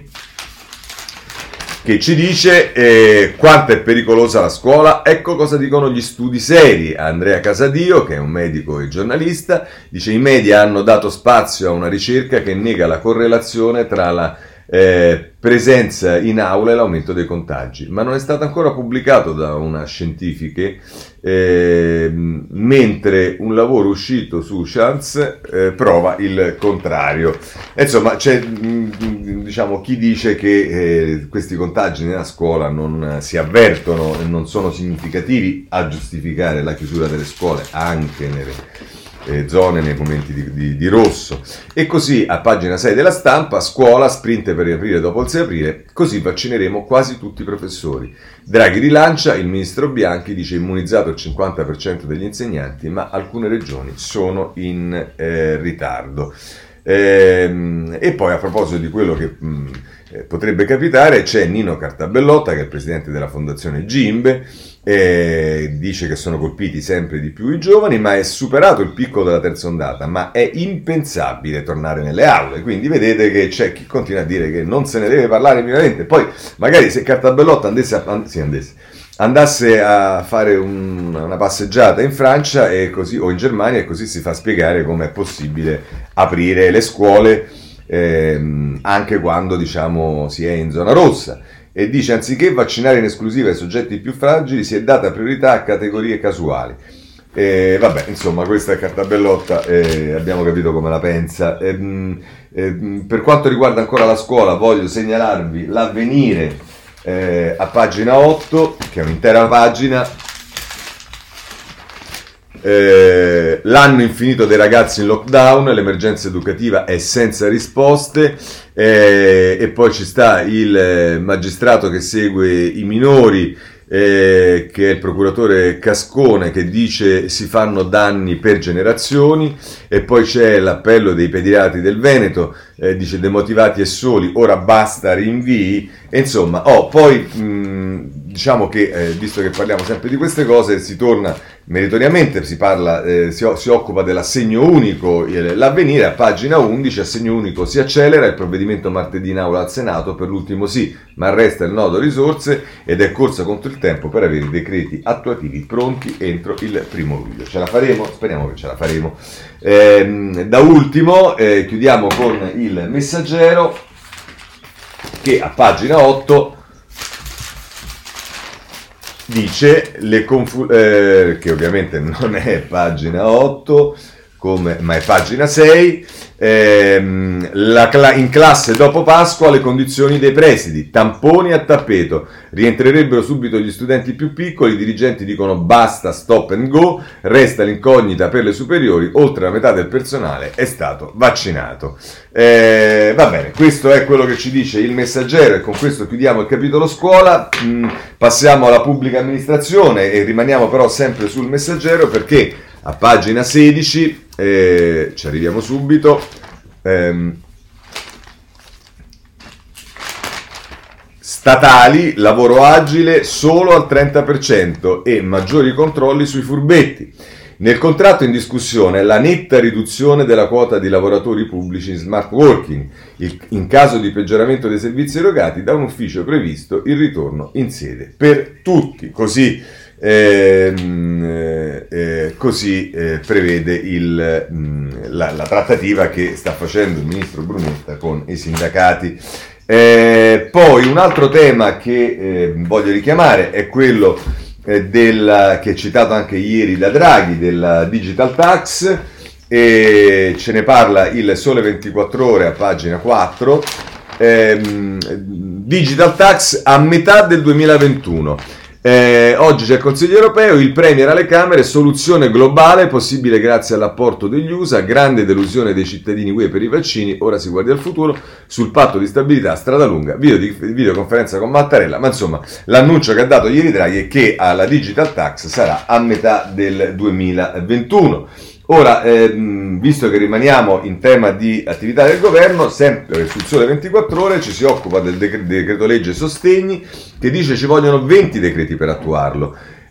che ci dice eh, quanto è pericolosa la scuola. Ecco cosa dicono gli studi seri. Andrea Casadio, che è un medico e giornalista, dice: i media hanno dato spazio a una ricerca che nega la correlazione tra la eh, presenza in aula e l'aumento dei contagi, ma non è stato ancora pubblicato da una scientifica, eh, mentre un lavoro uscito su Chance eh, prova il contrario. E insomma, c'è diciamo chi dice che eh, questi contagi nella scuola non si avvertono e non sono significativi a giustificare la chiusura delle scuole anche nelle Eh, zone nei momenti di, di, di rosso. E così a pagina sei della Stampa, scuola, sprint per riaprire dopo il sei aprile, così vaccineremo quasi tutti i professori. Draghi rilancia, il ministro Bianchi dice immunizzato il cinquanta per cento degli insegnanti, ma alcune regioni sono in eh, ritardo. Ehm, e poi a proposito di quello che mh, eh, potrebbe capitare, c'è Nino Cartabellotta, che è il presidente della fondazione Gimbe, eh, dice che sono colpiti sempre di più i giovani, ma è superato il picco della terza ondata, ma è impensabile tornare nelle aule. Quindi vedete che c'è chi continua a dire che non se ne deve parlare minimamente. Poi magari se Cartabellotta andasse a, sì, andasse, andasse a fare un, una passeggiata in Francia e così, o in Germania, e così si fa spiegare come è possibile aprire le scuole ehm, anche quando, diciamo, si è in zona rossa. E dice: anziché vaccinare in esclusiva i soggetti più fragili, si è data priorità a categorie casuali. E vabbè, insomma, questa è Cartabellotta e abbiamo capito come la pensa. E, mh, e, mh, per quanto riguarda ancora la scuola, voglio segnalarvi l'Avvenire eh, a pagina otto, che è un'intera pagina. Eh, l'anno infinito dei ragazzi in lockdown, l'emergenza educativa è senza risposte, eh, e poi ci sta il magistrato che segue i minori, eh, che è il procuratore Cascone, che dice si fanno danni per generazioni, e poi c'è l'appello dei pediatri del Veneto, eh, dice demotivati e soli, ora basta rinvii, e insomma, oh, poi mh, diciamo che, eh, visto che parliamo sempre di queste cose, si torna meritoriamente, si parla, eh, si, si occupa dell'assegno unico, eh, l'Avvenire a pagina undici, assegno unico si accelera, il provvedimento martedì in aula al Senato, per l'ultimo sì, ma resta il nodo risorse ed è corsa contro il tempo per avere i decreti attuativi pronti entro il primo luglio. Ce la faremo? Speriamo che ce la faremo. Eh, da ultimo, eh, chiudiamo con il Messaggero, che a pagina otto dice, le confu- eh, che ovviamente non è pagina otto, come, ma è pagina sei, ehm, la cla- in classe dopo Pasqua le condizioni dei presidi, tamponi a tappeto, rientrerebbero subito gli studenti più piccoli, i dirigenti dicono basta stop and go, resta l'incognita per le superiori, oltre la metà del personale è stato vaccinato. Eh, va bene, questo è quello che ci dice il Messaggero e con questo chiudiamo il capitolo scuola. Mm, passiamo alla pubblica amministrazione e rimaniamo però sempre sul Messaggero, perché a pagina sedici, eh, ci arriviamo subito, ehm, statali, lavoro agile solo al trenta per cento e maggiori controlli sui furbetti. Nel contratto in discussione la netta riduzione della quota di lavoratori pubblici in smart working, il, in caso di peggioramento dei servizi erogati da un ufficio previsto il ritorno in sede per tutti, così, eh, eh, così eh, prevede il, mh, la, la trattativa che sta facendo il ministro Brunetta con i sindacati. Eh, poi un altro tema che eh, voglio richiamare è quello Del, che è citato anche ieri da Draghi, della Digital Tax, e ce ne parla il Sole ventiquattro Ore a pagina quattro. ehm, Digital Tax a metà del duemilaventuno. Eh, oggi c'è il Consiglio europeo, il Premier alle Camere, soluzione globale possibile grazie all'apporto degli U S A, grande delusione dei cittadini U E per i vaccini, ora si guarda al futuro, sul patto di stabilità, strada lunga, video di, videoconferenza con Mattarella, ma insomma l'annuncio che ha dato ieri Draghi è che alla Digital Tax sarà a metà del duemilaventuno. Ora, ehm, visto che rimaniamo in tema di attività del governo, sempre sul Sole ventiquattro Ore ci si occupa del dec- decreto legge sostegni, che dice ci vogliono venti decreti per attuarlo.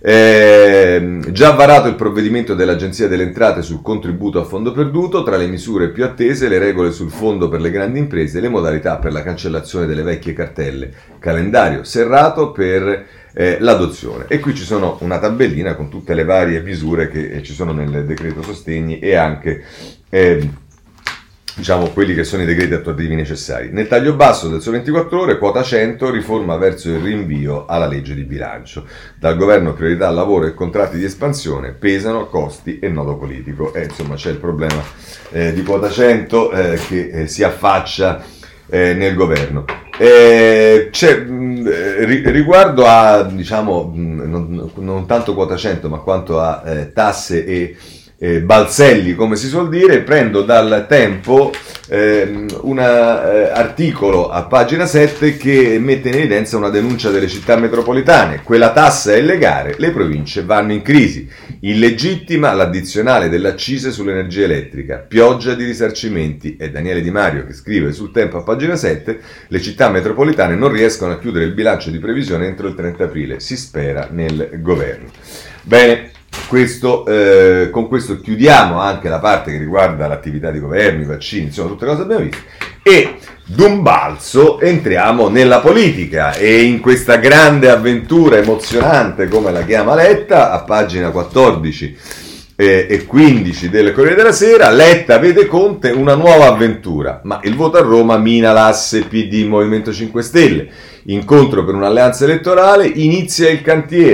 Eh, già varato il provvedimento dell'Agenzia delle Entrate sul contributo a fondo perduto, tra le misure più attese le regole sul fondo per le grandi imprese e le modalità per la cancellazione delle vecchie cartelle, calendario serrato per Eh, l'adozione. E qui ci sono una tabellina con tutte le varie misure che eh, ci sono nel decreto sostegni e anche eh, diciamo quelli che sono i decreti attuativi necessari. Nel taglio basso del Sole ventiquattro Ore, quota cento, riforma verso il rinvio alla legge di bilancio. Dal governo priorità al lavoro e contratti di espansione, pesano costi e nodo politico. E insomma c'è il problema eh, di quota cento eh, che eh, si affaccia eh, nel governo. Eh, c'è, mh, riguardo a, diciamo, mh, non, non tanto quota cento ma quanto a eh, tasse e eh, balzelli, come si suol dire, prendo dal Tempo eh, un eh, articolo a pagina sette che mette in evidenza una denuncia delle città metropolitane. Quella tassa è illegale, le province vanno in crisi, illegittima l'addizionale dell'accise sull'energia elettrica, pioggia di risarcimenti. È Daniele Di Mario che scrive sul Tempo a pagina sette, le città metropolitane non riescono a chiudere il bilancio di previsione entro il trenta aprile, si spera nel governo. Bene, questo, eh, con questo chiudiamo anche la parte che riguarda l'attività di governo, i vaccini, insomma tutte cose abbiamo visto, e d'un balzo entriamo nella politica e in questa grande avventura emozionante, come la chiama Letta, a pagina quattordici eh, e quindici del Corriere della Sera. Letta vede Conte una nuova avventura, ma il voto a Roma mina l'asse P D Movimento cinque Stelle. Incontro per un'alleanza elettorale, inizia il cantiere.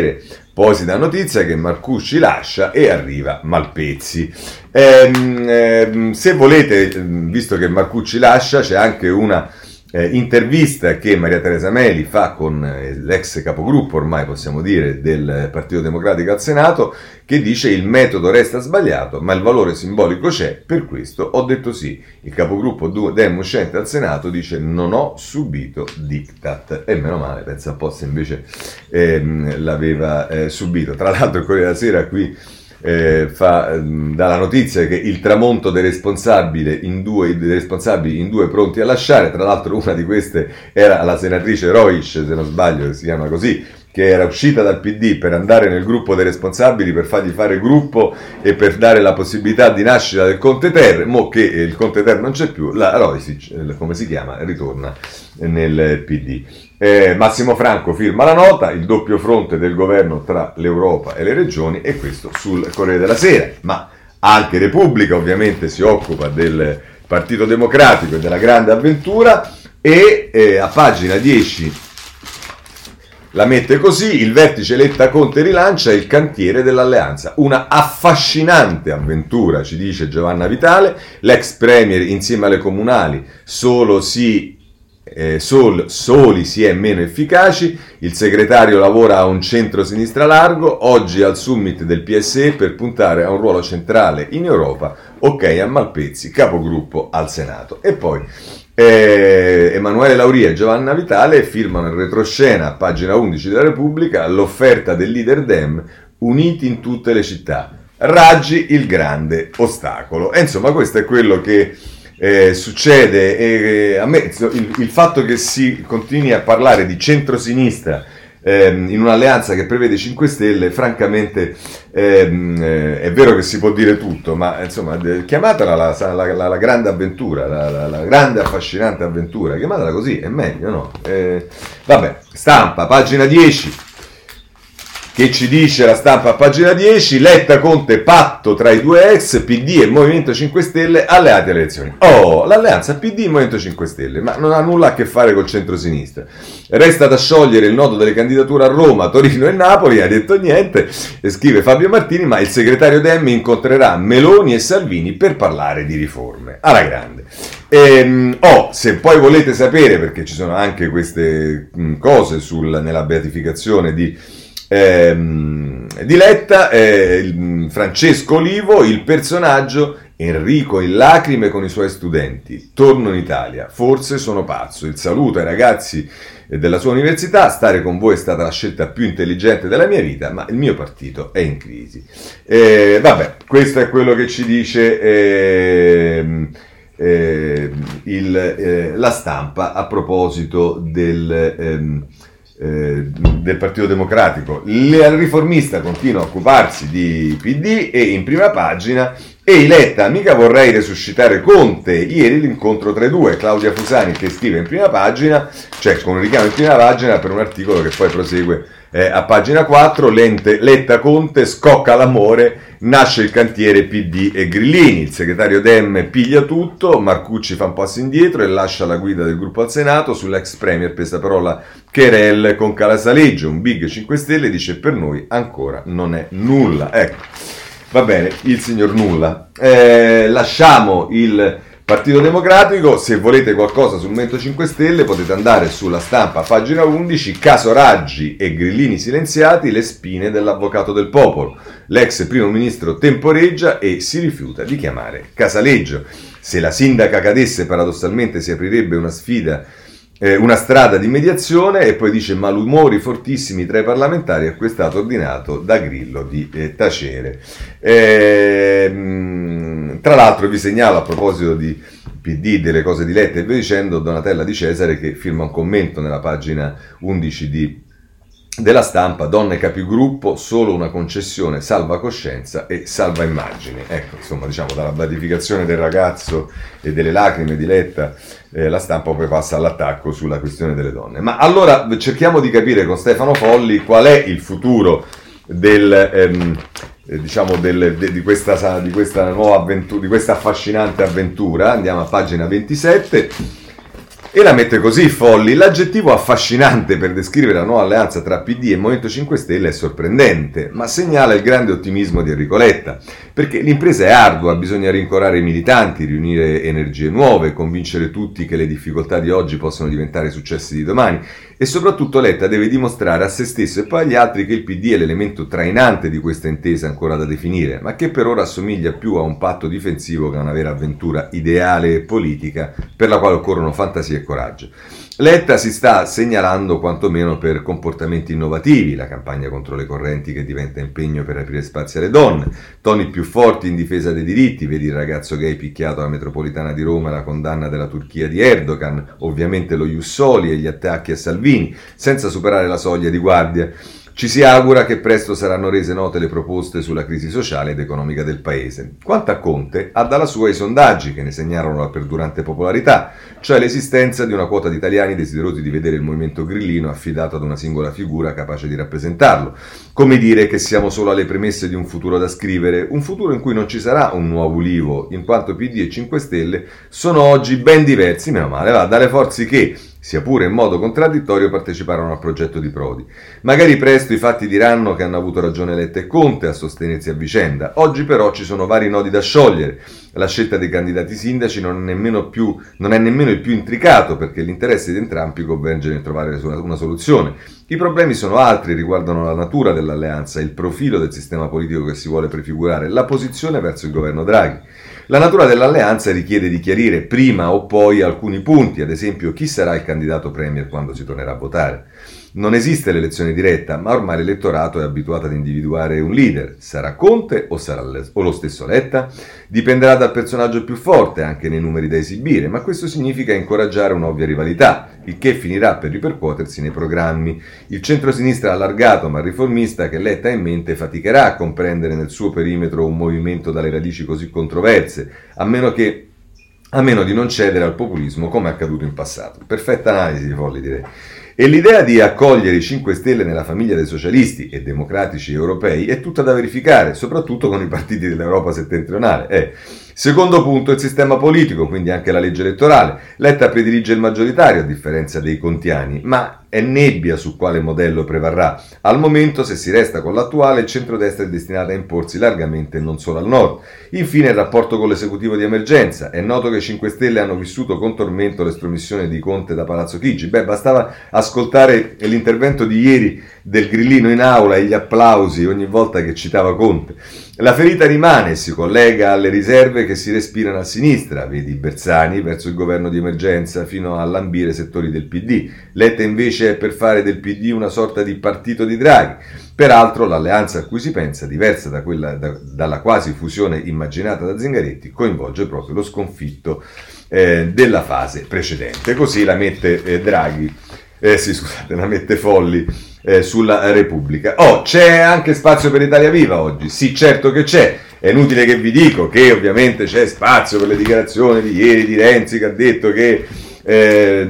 Poi si dà notizia che Marcucci lascia e arriva Malpezzi. Ehm, ehm, se volete, visto che Marcucci lascia, c'è anche una eh, intervista che Maria Teresa Meli fa con eh, l'ex capogruppo, ormai possiamo dire, del Partito Democratico al Senato, che dice: il metodo resta sbagliato, ma il valore simbolico c'è, per questo ho detto sì. Il capogruppo Dem uscente al Senato dice: non ho subito diktat. E meno male, pensa un po' se invece ehm, l'aveva eh, subito. Tra l'altro il Corriere della Sera qui eh, fa, ehm, dà la notizia che il tramonto dei responsabili, in due, dei responsabili in due pronti a lasciare. Tra l'altro una di queste era la senatrice Roish, se non sbaglio si chiama così, che era uscita dal P D per andare nel gruppo dei responsabili, per fargli fare gruppo e per dare la possibilità di nascita del Conte Ter. Mo che il Conte Ter non c'è più, la Roisic, come si chiama, ritorna nel P D. Eh, Massimo Franco firma la nota, il doppio fronte del governo tra l'Europa e le regioni, e questo sul Corriere della Sera. Ma anche Repubblica ovviamente si occupa del Partito Democratico e della grande avventura, e eh, a pagina dieci la mette così: il vertice Letta-Conte rilancia il cantiere dell'alleanza. Una affascinante avventura, ci dice Giovanna Vitale. L'ex premier insieme alle comunali: solo si, eh, sol, soli si è meno efficaci. Il segretario lavora a un centro-sinistra largo. Oggi al summit del P S E per puntare a un ruolo centrale in Europa. Ok a Malpezzi, capogruppo al Senato. E poi Eh, Emanuele Lauria e Giovanna Vitale firmano in retroscena a pagina undici della Repubblica l'offerta del leader Dem: uniti in tutte le città, Raggi il grande ostacolo. E insomma questo è quello che eh, succede. E, a me il, il fatto che si continui a parlare di centrosinistra ehm, in un'alleanza che prevede cinque Stelle, francamente ehm, eh, è vero che si può dire tutto, ma insomma chiamatela la, la, la, la grande avventura, la, la, la grande affascinante avventura, chiamatela così, è meglio, no? Eh, vabbè, Stampa, pagina dieci. Che ci dice la Stampa a pagina dieci? Letta-Conte, patto tra i due ex, P D e Movimento cinque Stelle alleati alle elezioni. Oh, l'alleanza P D e Movimento cinque Stelle, ma non ha nulla a che fare col centro-sinistra. Resta da sciogliere il nodo delle candidature a Roma, Torino e Napoli, ha detto niente, e scrive Fabio Martini, ma il segretario Dem incontrerà Meloni e Salvini per parlare di riforme. Alla grande. Ehm, oh, se poi volete sapere, perché ci sono anche queste mh, cose sul, nella beatificazione di Ehm, di Letta, eh, Francesco Olivo, il personaggio Enrico in lacrime con i suoi studenti: torno in Italia, forse sono pazzo, il saluto ai ragazzi della sua università, stare con voi è stata la scelta più intelligente della mia vita, ma il mio partito è in crisi. Eh, vabbè, questo è quello che ci dice eh, eh, il, eh, la Stampa a proposito del ehm, Eh, del Partito Democratico. Il riformista continua a occuparsi di P D e in prima pagina: e Letta, mica vorrei resuscitare Conte, ieri l'incontro tra i due. Claudia Fusani che scrive in prima pagina, cioè con un richiamo in prima pagina per un articolo che poi prosegue eh, a pagina quattro. Letta-Conte, scocca l'amore, nasce il cantiere P D e Grillini, il segretario Dem piglia tutto, Marcucci fa un passo indietro e lascia la guida del gruppo al Senato. Sull'ex premier pesa però la querel con Calasaleggio, un big cinque Stelle dice: per noi ancora non è nulla. Ecco, va bene, il signor nulla. Eh, lasciamo il Partito Democratico. Se volete qualcosa sul Movimento cinque Stelle potete andare sulla Stampa, pagina undici, caso Raggi e Grillini silenziati, le spine dell'avvocato del popolo. L'ex primo ministro temporeggia e si rifiuta di chiamare Casaleggio. Se la sindaca cadesse, paradossalmente si aprirebbe una sfida, eh, una strada di mediazione. E poi dice: malumori fortissimi tra i parlamentari, a cui è stato ordinato da Grillo di eh, tacere. Ehm, tra l'altro vi segnalo, a proposito di P D, delle cose di Letta e via dicendo, Donatella Di Cesare che firma un commento nella pagina undici di della Stampa: donne capigruppo, solo una concessione salva coscienza e salva immagini. Ecco, insomma, diciamo, dalla beatificazione del ragazzo e delle lacrime di Letta, eh, la Stampa poi passa all'attacco sulla questione delle donne. Ma allora cerchiamo di capire con Stefano Folli qual è il futuro del ehm, diciamo del, de, di, questa, di questa nuova avventura, di questa affascinante avventura. Andiamo a pagina ventisette. E la mette così, Folli: l'aggettivo affascinante per descrivere la nuova alleanza tra P D e Movimento cinque Stelle è sorprendente, ma segnala il grande ottimismo di Enrico Letta, perché l'impresa è ardua, bisogna rincorare i militanti, riunire energie nuove, convincere tutti che le difficoltà di oggi possono diventare successi di domani, e soprattutto Letta deve dimostrare a se stesso e poi agli altri che il P D è l'elemento trainante di questa intesa ancora da definire, ma che per ora assomiglia più a un patto difensivo che a una vera avventura ideale e politica per la quale occorrono fantasia e coraggio. Letta si sta segnalando quantomeno per comportamenti innovativi, la campagna contro le correnti che diventa impegno per aprire spazi alle donne, toni più forti in difesa dei diritti, vedi il ragazzo gay picchiato alla metropolitana di Roma e la condanna della Turchia di Erdogan, ovviamente lo Ius Soli e gli attacchi a Salvini, senza superare la soglia di guardia. Ci si augura che presto saranno rese note le proposte sulla crisi sociale ed economica del paese. Quanto a Conte, ha dalla sua i sondaggi che ne segnalano la perdurante popolarità, cioè l'esistenza di una quota di italiani desiderosi di vedere il movimento grillino affidato ad una singola figura capace di rappresentarlo. Come dire che siamo solo alle premesse di un futuro da scrivere, un futuro in cui non ci sarà un nuovo Ulivo, in quanto P D e cinque Stelle sono oggi ben diversi, meno male, va, dalle forze che, sia pure in modo contraddittorio, parteciparono al progetto di Prodi. Magari presto i fatti diranno che hanno avuto ragione Letta e Conte a sostenersi a vicenda. Oggi però ci sono vari nodi da sciogliere. La scelta dei candidati sindaci non è nemmeno, più, non è nemmeno il più intricato, perché l'interesse di entrambi converge nel trovare una soluzione. I problemi sono altri, riguardano la natura dell'alleanza, il profilo del sistema politico che si vuole prefigurare, la posizione verso il governo Draghi. La natura dell'alleanza richiede di chiarire prima o poi alcuni punti, ad esempio chi sarà il candidato premier quando si tornerà a votare. Non esiste l'elezione diretta, ma ormai l'elettorato è abituato ad individuare un leader. Sarà Conte o sarà le- o lo stesso Letta? Dipenderà dal personaggio più forte, anche nei numeri da esibire, ma questo significa incoraggiare un'ovvia rivalità, il che finirà per ripercuotersi nei programmi. Il centrosinistra allargato ma riformista che Letta ha in mente faticherà a comprendere nel suo perimetro un movimento dalle radici così controverse, a meno che a meno di non cedere al populismo come è accaduto in passato. Perfetta analisi, Folli, direi. E l'idea di accogliere i cinque Stelle nella famiglia dei socialisti e democratici europei è tutta da verificare, soprattutto con i partiti dell'Europa settentrionale. Eh. Secondo punto, il sistema politico, quindi anche la legge elettorale. Letta predilige il maggioritario a differenza dei contiani, ma è nebbia su quale modello prevarrà. Al momento, se si resta con l'attuale, il centrodestra è destinato a imporsi largamente non solo al nord. Infine, il rapporto con l'esecutivo di emergenza. È noto che i cinque Stelle hanno vissuto con tormento l'estromissione di Conte da Palazzo Chigi. Beh, bastava ascoltare l'intervento di ieri del grillino in aula e gli applausi ogni volta che citava Conte. La ferita rimane e si collega alle riserve che si respirano a sinistra, vedi Bersani, verso il governo di emergenza, fino a lambire settori del P D. Letta invece è per fare del P D una sorta di partito di Draghi. Peraltro l'alleanza a cui si pensa, diversa da quella, da, dalla quasi fusione immaginata da Zingaretti, coinvolge proprio lo sconfitto eh, della fase precedente. Così la mette eh, Draghi, eh, sì scusate, la mette Folli. Eh, sulla Repubblica. Oh, c'è anche spazio per Italia Viva oggi? Sì, certo che c'è. È inutile che vi dico che ovviamente c'è spazio per le dichiarazioni di ieri di Renzi, che ha detto che, eh,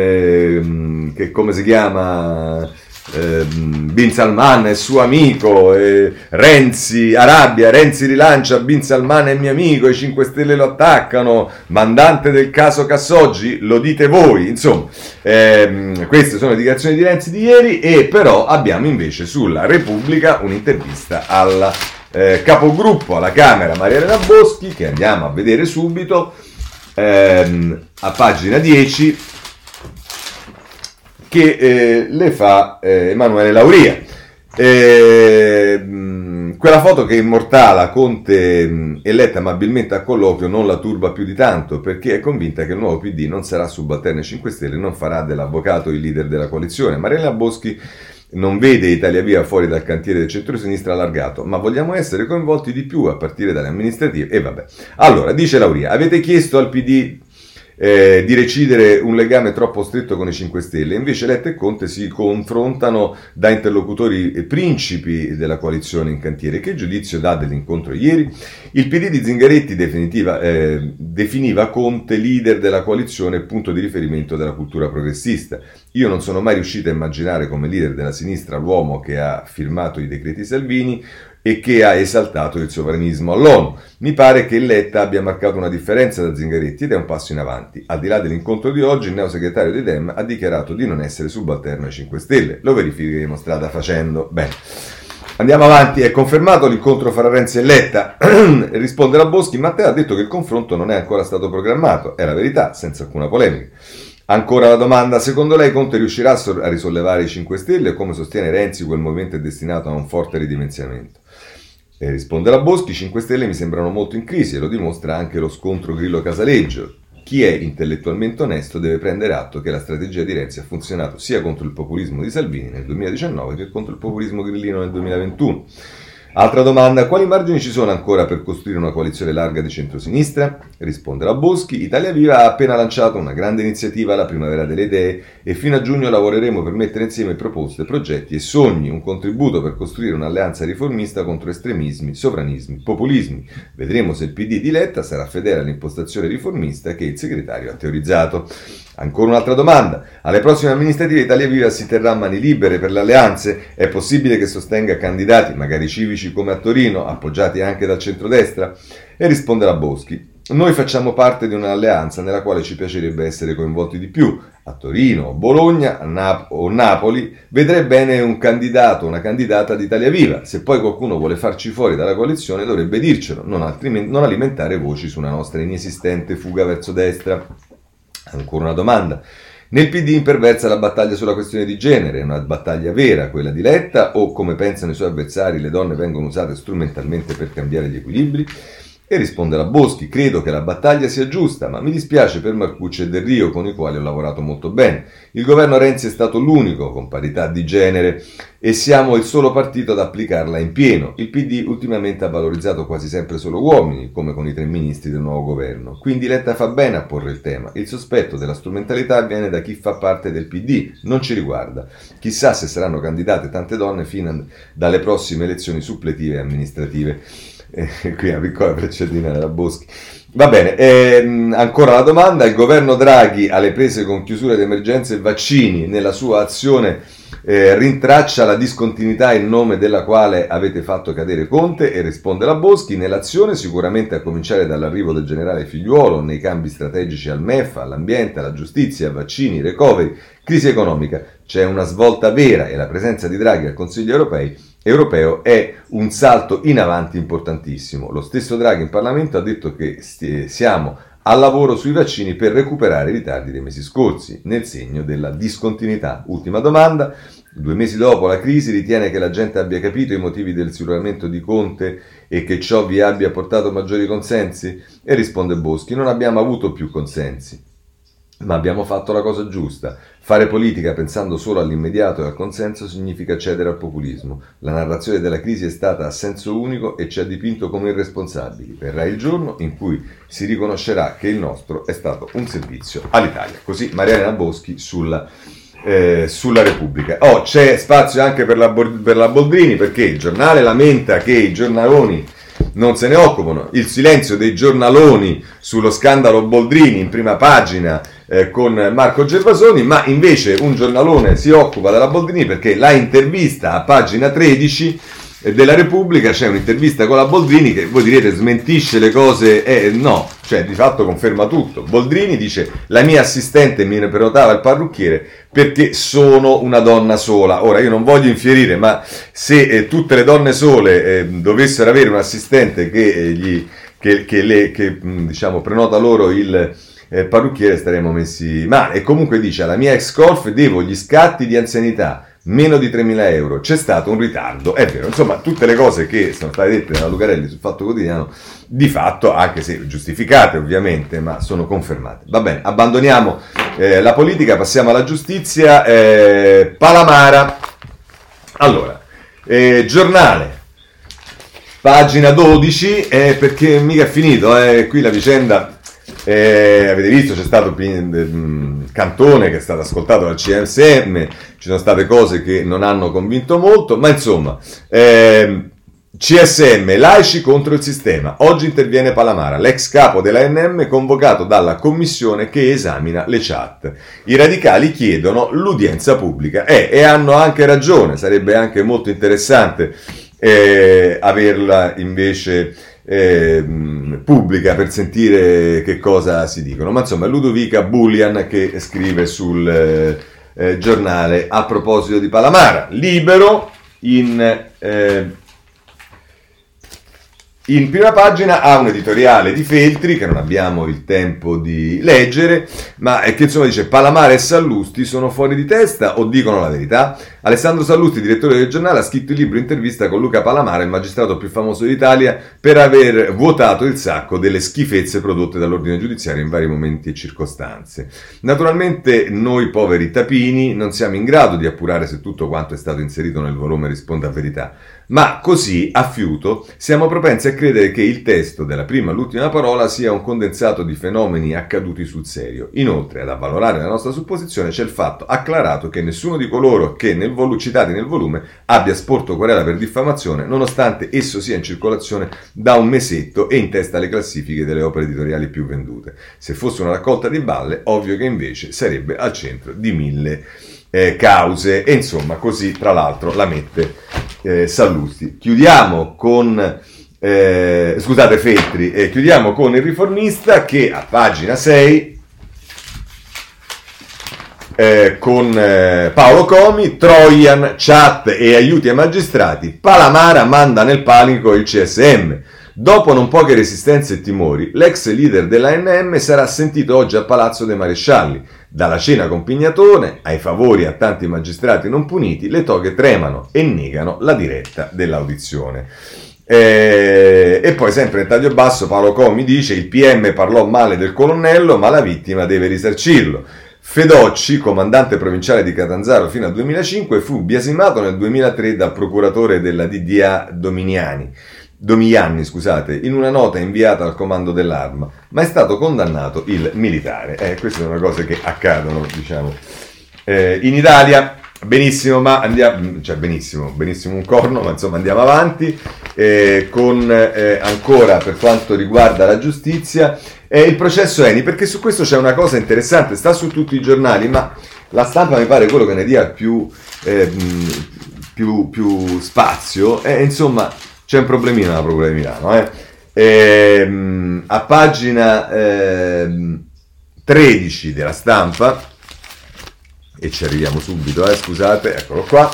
eh, che come si chiama, eh, Bin Salman è suo amico, eh, Renzi arrabbia, Renzi rilancia, Bin Salman è mio amico, i cinque Stelle lo attaccano, mandante del caso Cassoggi, lo dite voi, insomma, ehm, queste sono le dichiarazioni di Renzi di ieri. E però abbiamo invece sulla Repubblica un'intervista alla eh, capogruppo alla Camera Maria Elena Boschi, che andiamo a vedere subito, ehm, a pagina dieci, che eh, le fa eh, Emanuele Lauria. Eh, mh, quella foto che immortala Conte mh, e Letta amabilmente a colloquio non la turba più di tanto, perché è convinta che il nuovo P D non sarà subalterno ai cinque Stelle e non farà dell'avvocato il leader della coalizione. Mariella Boschi non vede Italia Viva fuori dal cantiere del centro-sinistra allargato, ma vogliamo essere coinvolti di più a partire dalle amministrative. E vabbè. Allora, dice Lauria, avete chiesto al P D Eh, di recidere un legame troppo stretto con i cinque Stelle, invece Letta e Conte si confrontano da interlocutori e principi della coalizione in cantiere. Che giudizio dà dell'incontro ieri? Il P D di Zingaretti definitiva, eh, definiva Conte leader della coalizione e punto di riferimento della cultura progressista. Io non sono mai riuscito a immaginare come leader della sinistra l'uomo che ha firmato i decreti Salvini e che ha esaltato il sovranismo all'ONU. Mi pare che Letta abbia marcato una differenza da Zingaretti ed è un passo in avanti. Al di là dell'incontro di oggi, il neosegretario dei Dem ha dichiarato di non essere subalterno ai cinque Stelle. Lo verificheremo strada facendo. Bene. Andiamo avanti, è confermato l'incontro fra Renzi e Letta? Risponde la Boschi, Matteo ha detto che il confronto non è ancora stato programmato, è la verità, senza alcuna polemica. Ancora la domanda, secondo lei Conte riuscirà a risollevare i cinque Stelle o come sostiene Renzi quel movimento è destinato a un forte ridimensionamento? E risponde la Boschi, i cinque Stelle mi sembrano molto in crisi e lo dimostra anche lo scontro Grillo-Casaleggio. Chi è intellettualmente onesto deve prendere atto che la strategia di Renzi ha funzionato sia contro il populismo di Salvini nel duemiladiciannove che contro il populismo grillino nel duemilaventuno. Altra domanda, quali margini ci sono ancora per costruire una coalizione larga di centrosinistra? Risponde la Boschi, Italia Viva ha appena lanciato una grande iniziativa, la Primavera delle Idee, e fino a giugno lavoreremo per mettere insieme proposte, progetti e sogni, un contributo per costruire un'alleanza riformista contro estremismi, sovranismi, populismi. Vedremo se il P D di Letta sarà fedele all'impostazione riformista che il segretario ha teorizzato. Ancora un'altra domanda, alle prossime amministrative Italia Viva si terrà a mani libere per le alleanze? È possibile che sostenga candidati, magari civici come a Torino, appoggiati anche dal centrodestra? E risponde la Boschi, noi facciamo parte di un'alleanza nella quale ci piacerebbe essere coinvolti di più. A Torino, Bologna a Nap- o Napoli vedrei bene un candidato o una candidata di Italia Viva. Se poi qualcuno vuole farci fuori dalla coalizione dovrebbe dircelo, non, altrimenti, non alimentare voci su una nostra inesistente fuga verso destra. Ancora una domanda. Nel P D imperversa la battaglia sulla questione di genere, è una battaglia vera quella di Letta o, come pensano i suoi avversari, le donne vengono usate strumentalmente per cambiare gli equilibri? E risponde la Boschi, credo che la battaglia sia giusta, ma mi dispiace per Marcucci e Del Rio con i quali ho lavorato molto bene. Il governo Renzi è stato l'unico con parità di genere e siamo il solo partito ad applicarla in pieno. Il P D ultimamente ha valorizzato quasi sempre solo uomini, come con i tre ministri del nuovo governo. Quindi Letta fa bene a porre il tema. Il sospetto della strumentalità viene da chi fa parte del P D, non ci riguarda. Chissà se saranno candidate tante donne fino dalle prossime elezioni suppletive e amministrative. Eh, qui una piccola frecciatina della Boschi. Va bene, ehm, ancora la domanda, il governo Draghi alle prese con chiusura di emergenze e vaccini nella sua azione eh, rintraccia la discontinuità in nome della quale avete fatto cadere Conte? E risponde la Boschi, nell'azione sicuramente a cominciare dall'arrivo del generale Figliuolo, nei cambi strategici al M E F, all'ambiente, alla giustizia, vaccini, recovery, crisi economica, c'è una svolta vera e la presenza di Draghi al Consiglio europei europeo è un salto in avanti importantissimo. Lo stesso Draghi in Parlamento ha detto che st- siamo al lavoro sui vaccini per recuperare i ritardi dei mesi scorsi, nel segno della discontinuità. Ultima domanda, due mesi dopo la crisi ritiene che la gente abbia capito i motivi del giuramento di Conte e che ciò vi abbia portato maggiori consensi? E risponde Boschi, non abbiamo avuto più consensi, ma abbiamo fatto la cosa giusta. Fare politica pensando solo all'immediato e al consenso significa cedere al populismo. La narrazione della crisi è stata a senso unico e ci ha dipinto come irresponsabili. Verrà il giorno in cui si riconoscerà che il nostro è stato un servizio all'Italia. Così Mariana Boschi sulla, eh, sulla Repubblica. Oh, c'è spazio anche per la, per la Boldrini, perché il giornale lamenta che i giornaloni non se ne occupano. Il silenzio dei giornaloni sullo scandalo Boldrini in prima pagina eh, con Marco Gervasoni, ma invece un giornalone si occupa della Boldrini perché la intervista a pagina tredici della Repubblica, c'è un'intervista con la Boldrini che voi direte smentisce le cose, eh, no, cioè di fatto conferma tutto. Boldrini dice la mia assistente mi prenotava il parrucchiere perché sono una donna sola. Ora io non voglio infierire, ma se eh, tutte le donne sole eh, dovessero avere un assistente che, eh, gli, che, che, le, che mh, diciamo prenota loro il eh, parrucchiere staremmo messi male. E comunque dice alla mia ex golf devo gli scatti di anzianità, meno di tremila euro, c'è stato un ritardo, è vero, insomma tutte le cose che sono state dette da Lucarelli sul Fatto Quotidiano di fatto, anche se giustificate ovviamente, ma sono confermate. Va bene, abbandoniamo eh, la politica, passiamo alla giustizia. eh, Palamara, allora eh, giornale pagina dodici, eh, perché mica è finito, eh, qui la vicenda. Eh, avete visto, c'è stato um, Cantone che è stato ascoltato dal C S M, ci sono state cose che non hanno convinto molto, ma insomma eh, C S M, laici contro il sistema. Oggi interviene Palamara, l'ex capo dell'A N M convocato dalla commissione che esamina le chat. I radicali chiedono l'udienza pubblica eh, e hanno anche ragione, sarebbe anche molto interessante eh, averla invece eh, pubblica per sentire che cosa si dicono. Ma insomma, Ludovica Bullian che scrive sul eh, eh, giornale a proposito di Palamara. Libero in... Eh, In prima pagina ha un editoriale di Feltri che non abbiamo il tempo di leggere, ma che insomma dice: Palamara e Sallusti sono fuori di testa o dicono la verità? Alessandro Sallusti, direttore del giornale, ha scritto il libro intervista con Luca Palamara, il magistrato più famoso d'Italia, per aver vuotato il sacco delle schifezze prodotte dall'ordine giudiziario in vari momenti e circostanze. Naturalmente noi poveri tapini non siamo in grado di appurare se tutto quanto è stato inserito nel volume risponde a verità. Ma così, a fiuto, siamo propensi a credere che il testo della prima all'ultima parola sia un condensato di fenomeni accaduti sul serio. Inoltre, ad avvalorare la nostra supposizione, c'è il fatto acclarato che nessuno di coloro che nel volu- citati nel volume abbia sporto querela per diffamazione, nonostante esso sia in circolazione da un mesetto e in testa alle classifiche delle opere editoriali più vendute. Se fosse una raccolta di balle, ovvio che invece sarebbe al centro di mille eh, cause. E insomma, così tra l'altro la mette Eh, Sallusti. Chiudiamo con eh, scusate Feltri, eh, chiudiamo con il Riformista che a pagina sei eh, con eh, Paolo Comi, Trojan, chat e aiuti ai magistrati, Palamara manda nel panico il C S M. Dopo non poche resistenze e timori, l'ex leader dell'A N M sarà sentito oggi al Palazzo dei Marescialli. Dalla cena con Pignatone ai favori a tanti magistrati non puniti, le toghe tremano e negano la diretta dell'audizione. E, e poi sempre nel taglio basso Paolo Comi dice: il P M parlò male del colonnello, ma la vittima deve risarcirlo. Fedocci, comandante provinciale di Catanzaro fino al duemilacinque, fu biasimato nel duemilatré dal procuratore della D D A Dominiani. Domigliani, scusate, in una nota inviata al comando dell'Arma, ma è stato condannato il militare. Eh, queste sono cose che accadono, diciamo, eh, in Italia. Benissimo, ma andiamo, cioè benissimo, benissimo un corno, ma insomma andiamo avanti eh, con eh, ancora per quanto riguarda la giustizia e il processo Eni, perché su questo c'è una cosa interessante, sta su tutti i giornali, ma la Stampa mi pare quello che ne dia più, eh, più, più spazio, e eh, insomma c'è un problemino alla Procura di Milano. Eh. E, a pagina eh, tredici della Stampa, e ci arriviamo subito, eh, scusate, eccolo qua.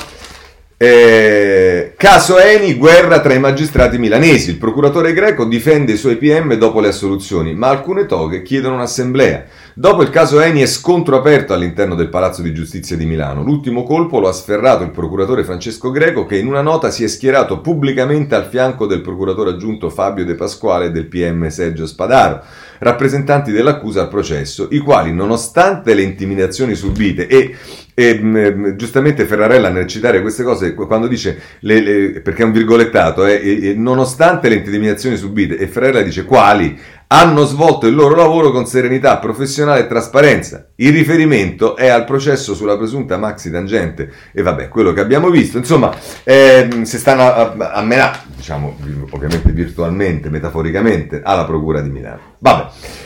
Eh, caso Eni, guerra tra i magistrati milanesi. Il procuratore Greco difende i suoi P M dopo le assoluzioni, ma alcune toghe chiedono un'assemblea. Dopo il caso Eni è scontro aperto all'interno del Palazzo di Giustizia di Milano. L'ultimo colpo lo ha sferrato il procuratore Francesco Greco, che in una nota si è schierato pubblicamente al fianco del procuratore aggiunto Fabio De Pasquale e del P M Sergio Spadaro, rappresentanti dell'accusa al processo, i quali, nonostante le intimidazioni subite e E mh, giustamente Ferrarella nel citare queste cose quando dice le, le, perché è un virgolettato eh, e, e, nonostante le intimidazioni subite, e Ferrarella dice quali, hanno svolto il loro lavoro con serenità professionale e trasparenza. Il riferimento è al processo sulla presunta maxi tangente e vabbè, quello che abbiamo visto, insomma, eh, se stanno a, a, a menare, diciamo ovviamente virtualmente, metaforicamente, alla Procura di Milano. Vabbè.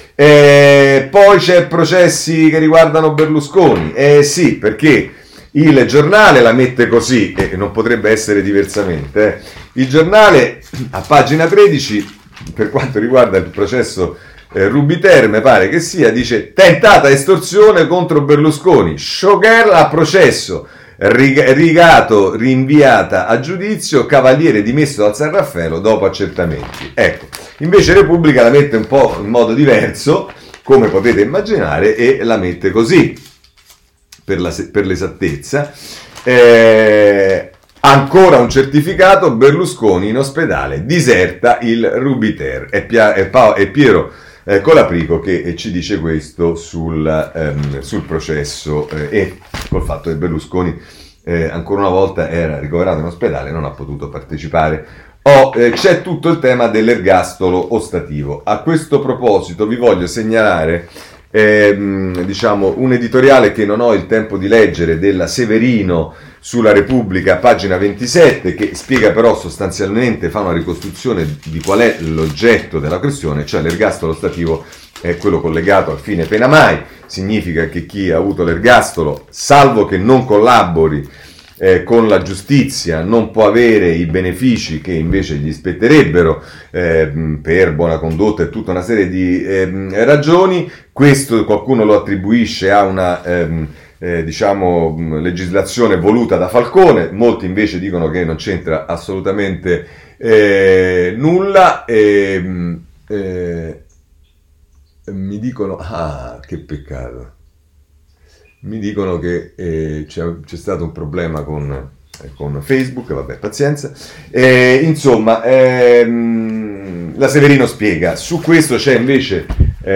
E poi c'è processi che riguardano Berlusconi. Eh sì, perché il giornale la mette così e non potrebbe essere diversamente. Eh. Il giornale a pagina tredici, per quanto riguarda il processo eh, Rubiter, mi pare che sia, dice tentata estorsione contro Berlusconi, showgirl a processo, Rigato rinviata a giudizio, Cavaliere dimesso dal San Raffaele dopo accertamenti. Ecco, invece Repubblica la mette un po' in modo diverso, come potete immaginare, e la mette così, per, la, per l'esattezza. Eh, ancora un certificato, Berlusconi in ospedale, diserta il Rubiter. È, Pia, è, pa, è Piero eh, Colaprico che eh, ci dice questo sul, ehm, sul processo eh, e col fatto che Berlusconi eh, ancora una volta era ricoverato in ospedale e non ha potuto partecipare. Oh, eh, c'è tutto il tema dell'ergastolo ostativo. A questo proposito vi voglio segnalare ehm, diciamo un editoriale che non ho il tempo di leggere, della Severino sulla Repubblica, pagina ventisette, che spiega però sostanzialmente, fa una ricostruzione di qual è l'oggetto della questione, cioè l'ergastolo ostativo è quello collegato al fine pena mai, significa che chi ha avuto l'ergastolo, salvo che non collabori eh, con la giustizia non può avere i benefici che invece gli spetterebbero eh, per buona condotta e tutta una serie di eh, ragioni. Questo qualcuno lo attribuisce a una ehm, eh, diciamo legislazione voluta da Falcone, molti invece dicono che non c'entra assolutamente eh, nulla. E, eh, mi dicono, ah, che peccato, mi dicono che eh, c'è, c'è stato un problema con, eh, con Facebook, vabbè, pazienza. Eh, insomma, ehm, la Severino spiega, su questo c'è invece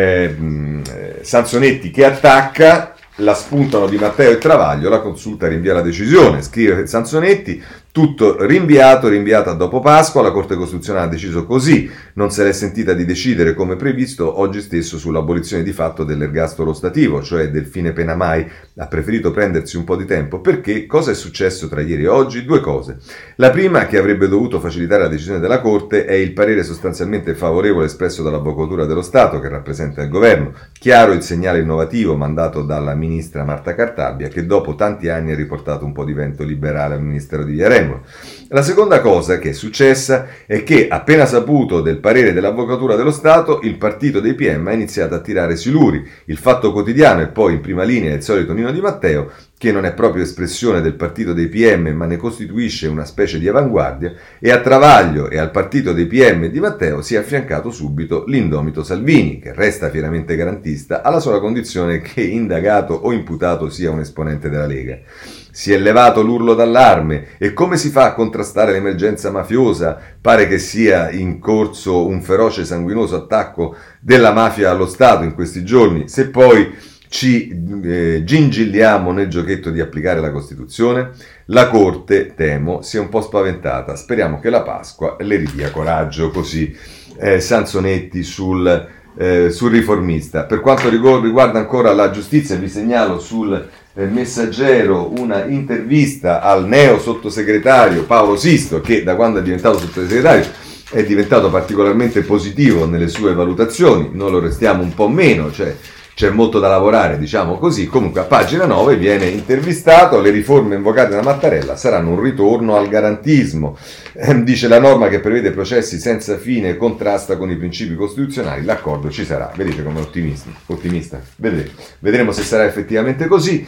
ehm, Sansonetti che attacca, la spuntano Di Matteo e Travaglio, la consulta rinvia la decisione, scrive Sansonetti, tutto rinviato, rinviato a dopo Pasqua, la Corte Costituzionale ha deciso così, non se l'è sentita di decidere come previsto oggi stesso sull'abolizione di fatto dell'ergastolo ostativo, cioè del fine pena mai, ha preferito prendersi un po' di tempo, perché cosa è successo tra ieri e oggi? Due cose. La prima, che avrebbe dovuto facilitare la decisione della Corte, è il parere sostanzialmente favorevole espresso dall'Avvocatura dello Stato, che rappresenta il governo, chiaro il segnale innovativo mandato dalla ministra Marta Cartabia, che dopo tanti anni ha riportato un po' di vento liberale al Ministero di Viareggio. La seconda cosa che è successa è che, appena saputo del parere dell'Avvocatura dello Stato, il partito dei P M ha iniziato a tirare siluri. Il Fatto Quotidiano e poi in prima linea il solito Nino Di Matteo, che non è proprio espressione del partito dei P M ma ne costituisce una specie di avanguardia, e a Travaglio e al partito dei P M Di Matteo si è affiancato subito l'indomito Salvini, che resta fieramente garantista alla sola condizione che indagato o imputato sia un esponente della Lega. Si è levato l'urlo d'allarme e come si fa a contrastare l'emergenza mafiosa? Pare che sia in corso un feroce e sanguinoso attacco della mafia allo Stato in questi giorni, se poi ci eh, gingilliamo nel giochetto di applicare la Costituzione. La Corte, temo, sia un po' spaventata, speriamo che la Pasqua le ridia coraggio, così eh, Sansonetti sul, eh, sul Riformista. Per quanto riguarda ancora la giustizia, vi segnalo sul Messaggero una intervista al neo sottosegretario Paolo Sisto, che da quando è diventato sottosegretario è diventato particolarmente positivo nelle sue valutazioni, noi lo restiamo un po' meno, cioè c'è molto da lavorare, diciamo così. Comunque a pagina nove viene intervistato, le riforme invocate da Mattarella saranno un ritorno al garantismo, eh, dice la norma che prevede processi senza fine contrasta con i principi costituzionali, l'accordo ci sarà, vedete come è ottimista, ottimista. Vedremo. Vedremo se sarà effettivamente così.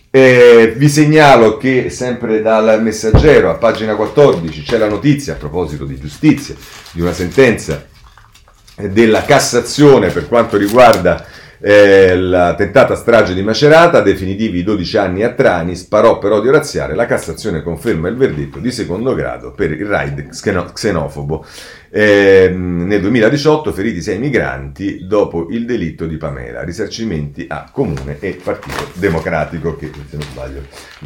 Eh, vi segnalo che sempre dal Messaggero a pagina quattordici c'è la notizia a proposito di giustizia, di una sentenza della Cassazione per quanto riguarda Eh, la tentata strage di Macerata, definitivi dodici anni a Trani, sparò per odio razziale, la Cassazione conferma il verdetto di secondo grado per il raid xeno- xenofobo. Eh, nel duemiladiciotto feriti sei migranti dopo il delitto di Pamela, risarcimenti a Comune e Partito Democratico, che se non sbaglio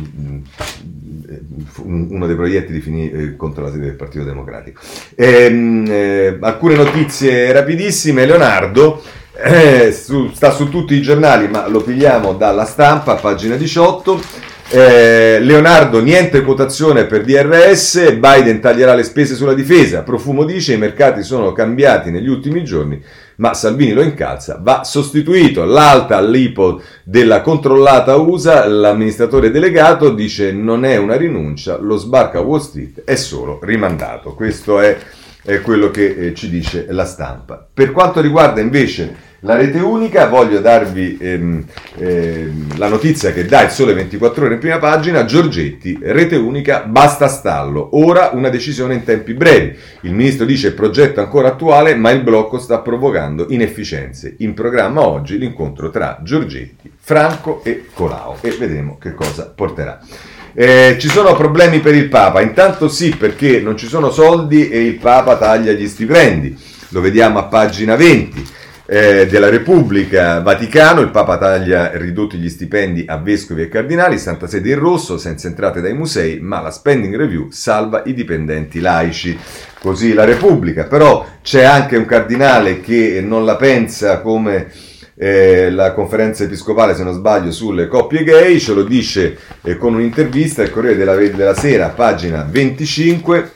uno dei proiettili finì eh, contro la sede del Partito Democratico. Eh, eh, alcune notizie rapidissime. Leonardo Eh, su, sta su tutti i giornali, ma lo pigliamo dalla Stampa, pagina diciotto. Eh, Leonardo, niente quotazione per D R S, Biden taglierà le spese sulla difesa. Profumo dice i mercati sono cambiati negli ultimi giorni, ma Salvini lo incalza, va sostituito. L'alta all'I P O della controllata U S A, l'amministratore delegato dice non è una rinuncia, lo sbarco a Wall Street è solo rimandato. Questo è, è quello che eh, ci dice la Stampa. Per quanto riguarda invece la rete unica, voglio darvi ehm, ehm, la notizia che dà il Sole ventiquattro Ore in prima pagina. Giorgetti, rete unica, basta stallo, ora una decisione in tempi brevi. Il ministro dice il progetto è ancora attuale, ma il blocco sta provocando inefficienze. In programma oggi l'incontro tra Giorgetti, Franco e Colao e vedremo che cosa porterà. Eh, ci sono problemi per il Papa, intanto sì, perché non ci sono soldi e il Papa taglia gli stipendi, lo vediamo a pagina venti. Eh, della Repubblica. Vaticano, il Papa taglia ridotti gli stipendi a vescovi e cardinali, Santa Sede in rosso, senza entrate dai musei, ma la spending review salva i dipendenti laici. Così la Repubblica. Però c'è anche un cardinale che non la pensa come eh, la conferenza episcopale, se non sbaglio, sulle coppie gay, ce lo dice eh, con un'intervista al Corriere della, della Sera, pagina venticinque,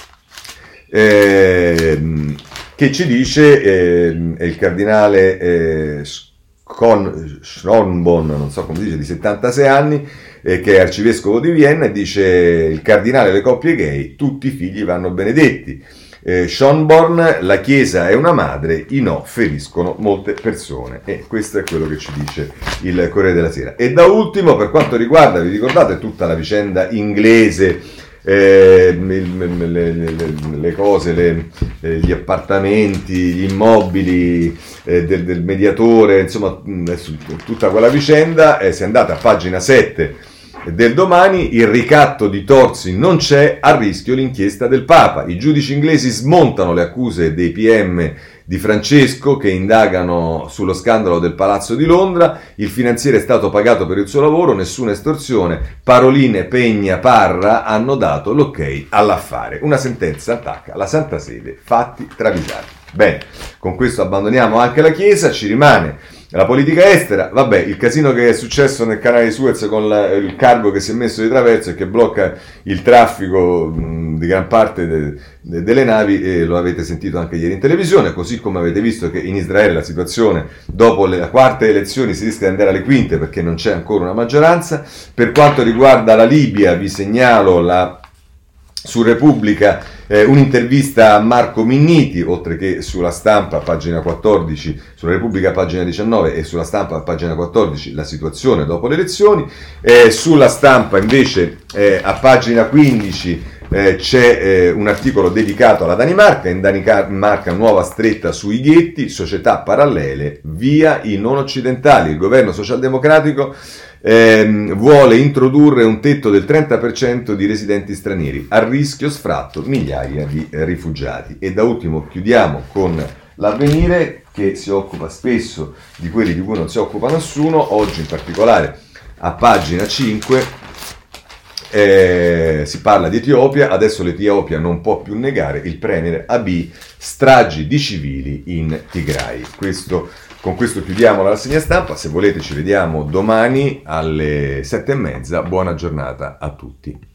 eh, che ci dice eh, il cardinale eh, Schonborn, non so come si dice, di settantasei anni, eh, che è arcivescovo di Vienna, e dice: il cardinale e le coppie gay, tutti i figli vanno benedetti. Eh, Schönborn, la Chiesa è una madre, i no feriscono molte persone. E questo è quello che ci dice il Corriere della Sera. E da ultimo, per quanto riguarda, vi ricordate tutta la vicenda inglese, eh, le, le, le, le cose, le, gli appartamenti, gli immobili eh, del, del mediatore, insomma tutta quella vicenda, eh, si è andata a pagina sette del Domani. Il ricatto di Torsi non c'è, a rischio l'inchiesta del Papa. I giudici inglesi smontano le accuse dei P M di Francesco che indagano sullo scandalo del Palazzo di Londra. Il finanziere è stato pagato per il suo lavoro, nessuna estorsione. Paroline, Pegna, Parra hanno dato l'ok all'affare. Una sentenza attacca la Santa Sede, fatti travisati. Bene, con questo abbandoniamo anche la Chiesa, ci rimane la politica estera. Vabbè, il casino che è successo nel canale di Suez con la, il cargo che si è messo di traverso e che blocca il traffico mh, di gran parte de, de, delle navi, e lo avete sentito anche ieri in televisione, così come avete visto che in Israele la situazione dopo le quarte elezioni si rischia di andare alle quinte perché non c'è ancora una maggioranza. Per quanto riguarda la Libia, vi segnalo la su Repubblica eh, un'intervista a Marco Minniti, oltre che sulla Stampa, pagina quattordici, sulla Repubblica, pagina diciannove, e sulla Stampa, pagina quattordici, la situazione dopo le elezioni. Eh, sulla Stampa, invece, eh, a pagina quindici eh, c'è eh, un articolo dedicato alla Danimarca. In Danimarca nuova stretta sui ghetti, società parallele, via i non occidentali. Il governo socialdemocratico Eh, vuole introdurre un tetto del trenta per cento di residenti stranieri, a rischio sfratto migliaia di eh, rifugiati. E da ultimo chiudiamo con l'Avvenire, che si occupa spesso di quelli di cui non si occupa nessuno. Oggi in particolare a pagina cinque eh, si parla di Etiopia. Adesso l'Etiopia non può più negare, il premier Abiy, stragi di civili in Tigray. Questo Con questo chiudiamo la rassegna stampa. Se volete ci vediamo domani alle sette e mezza. Buona giornata a tutti.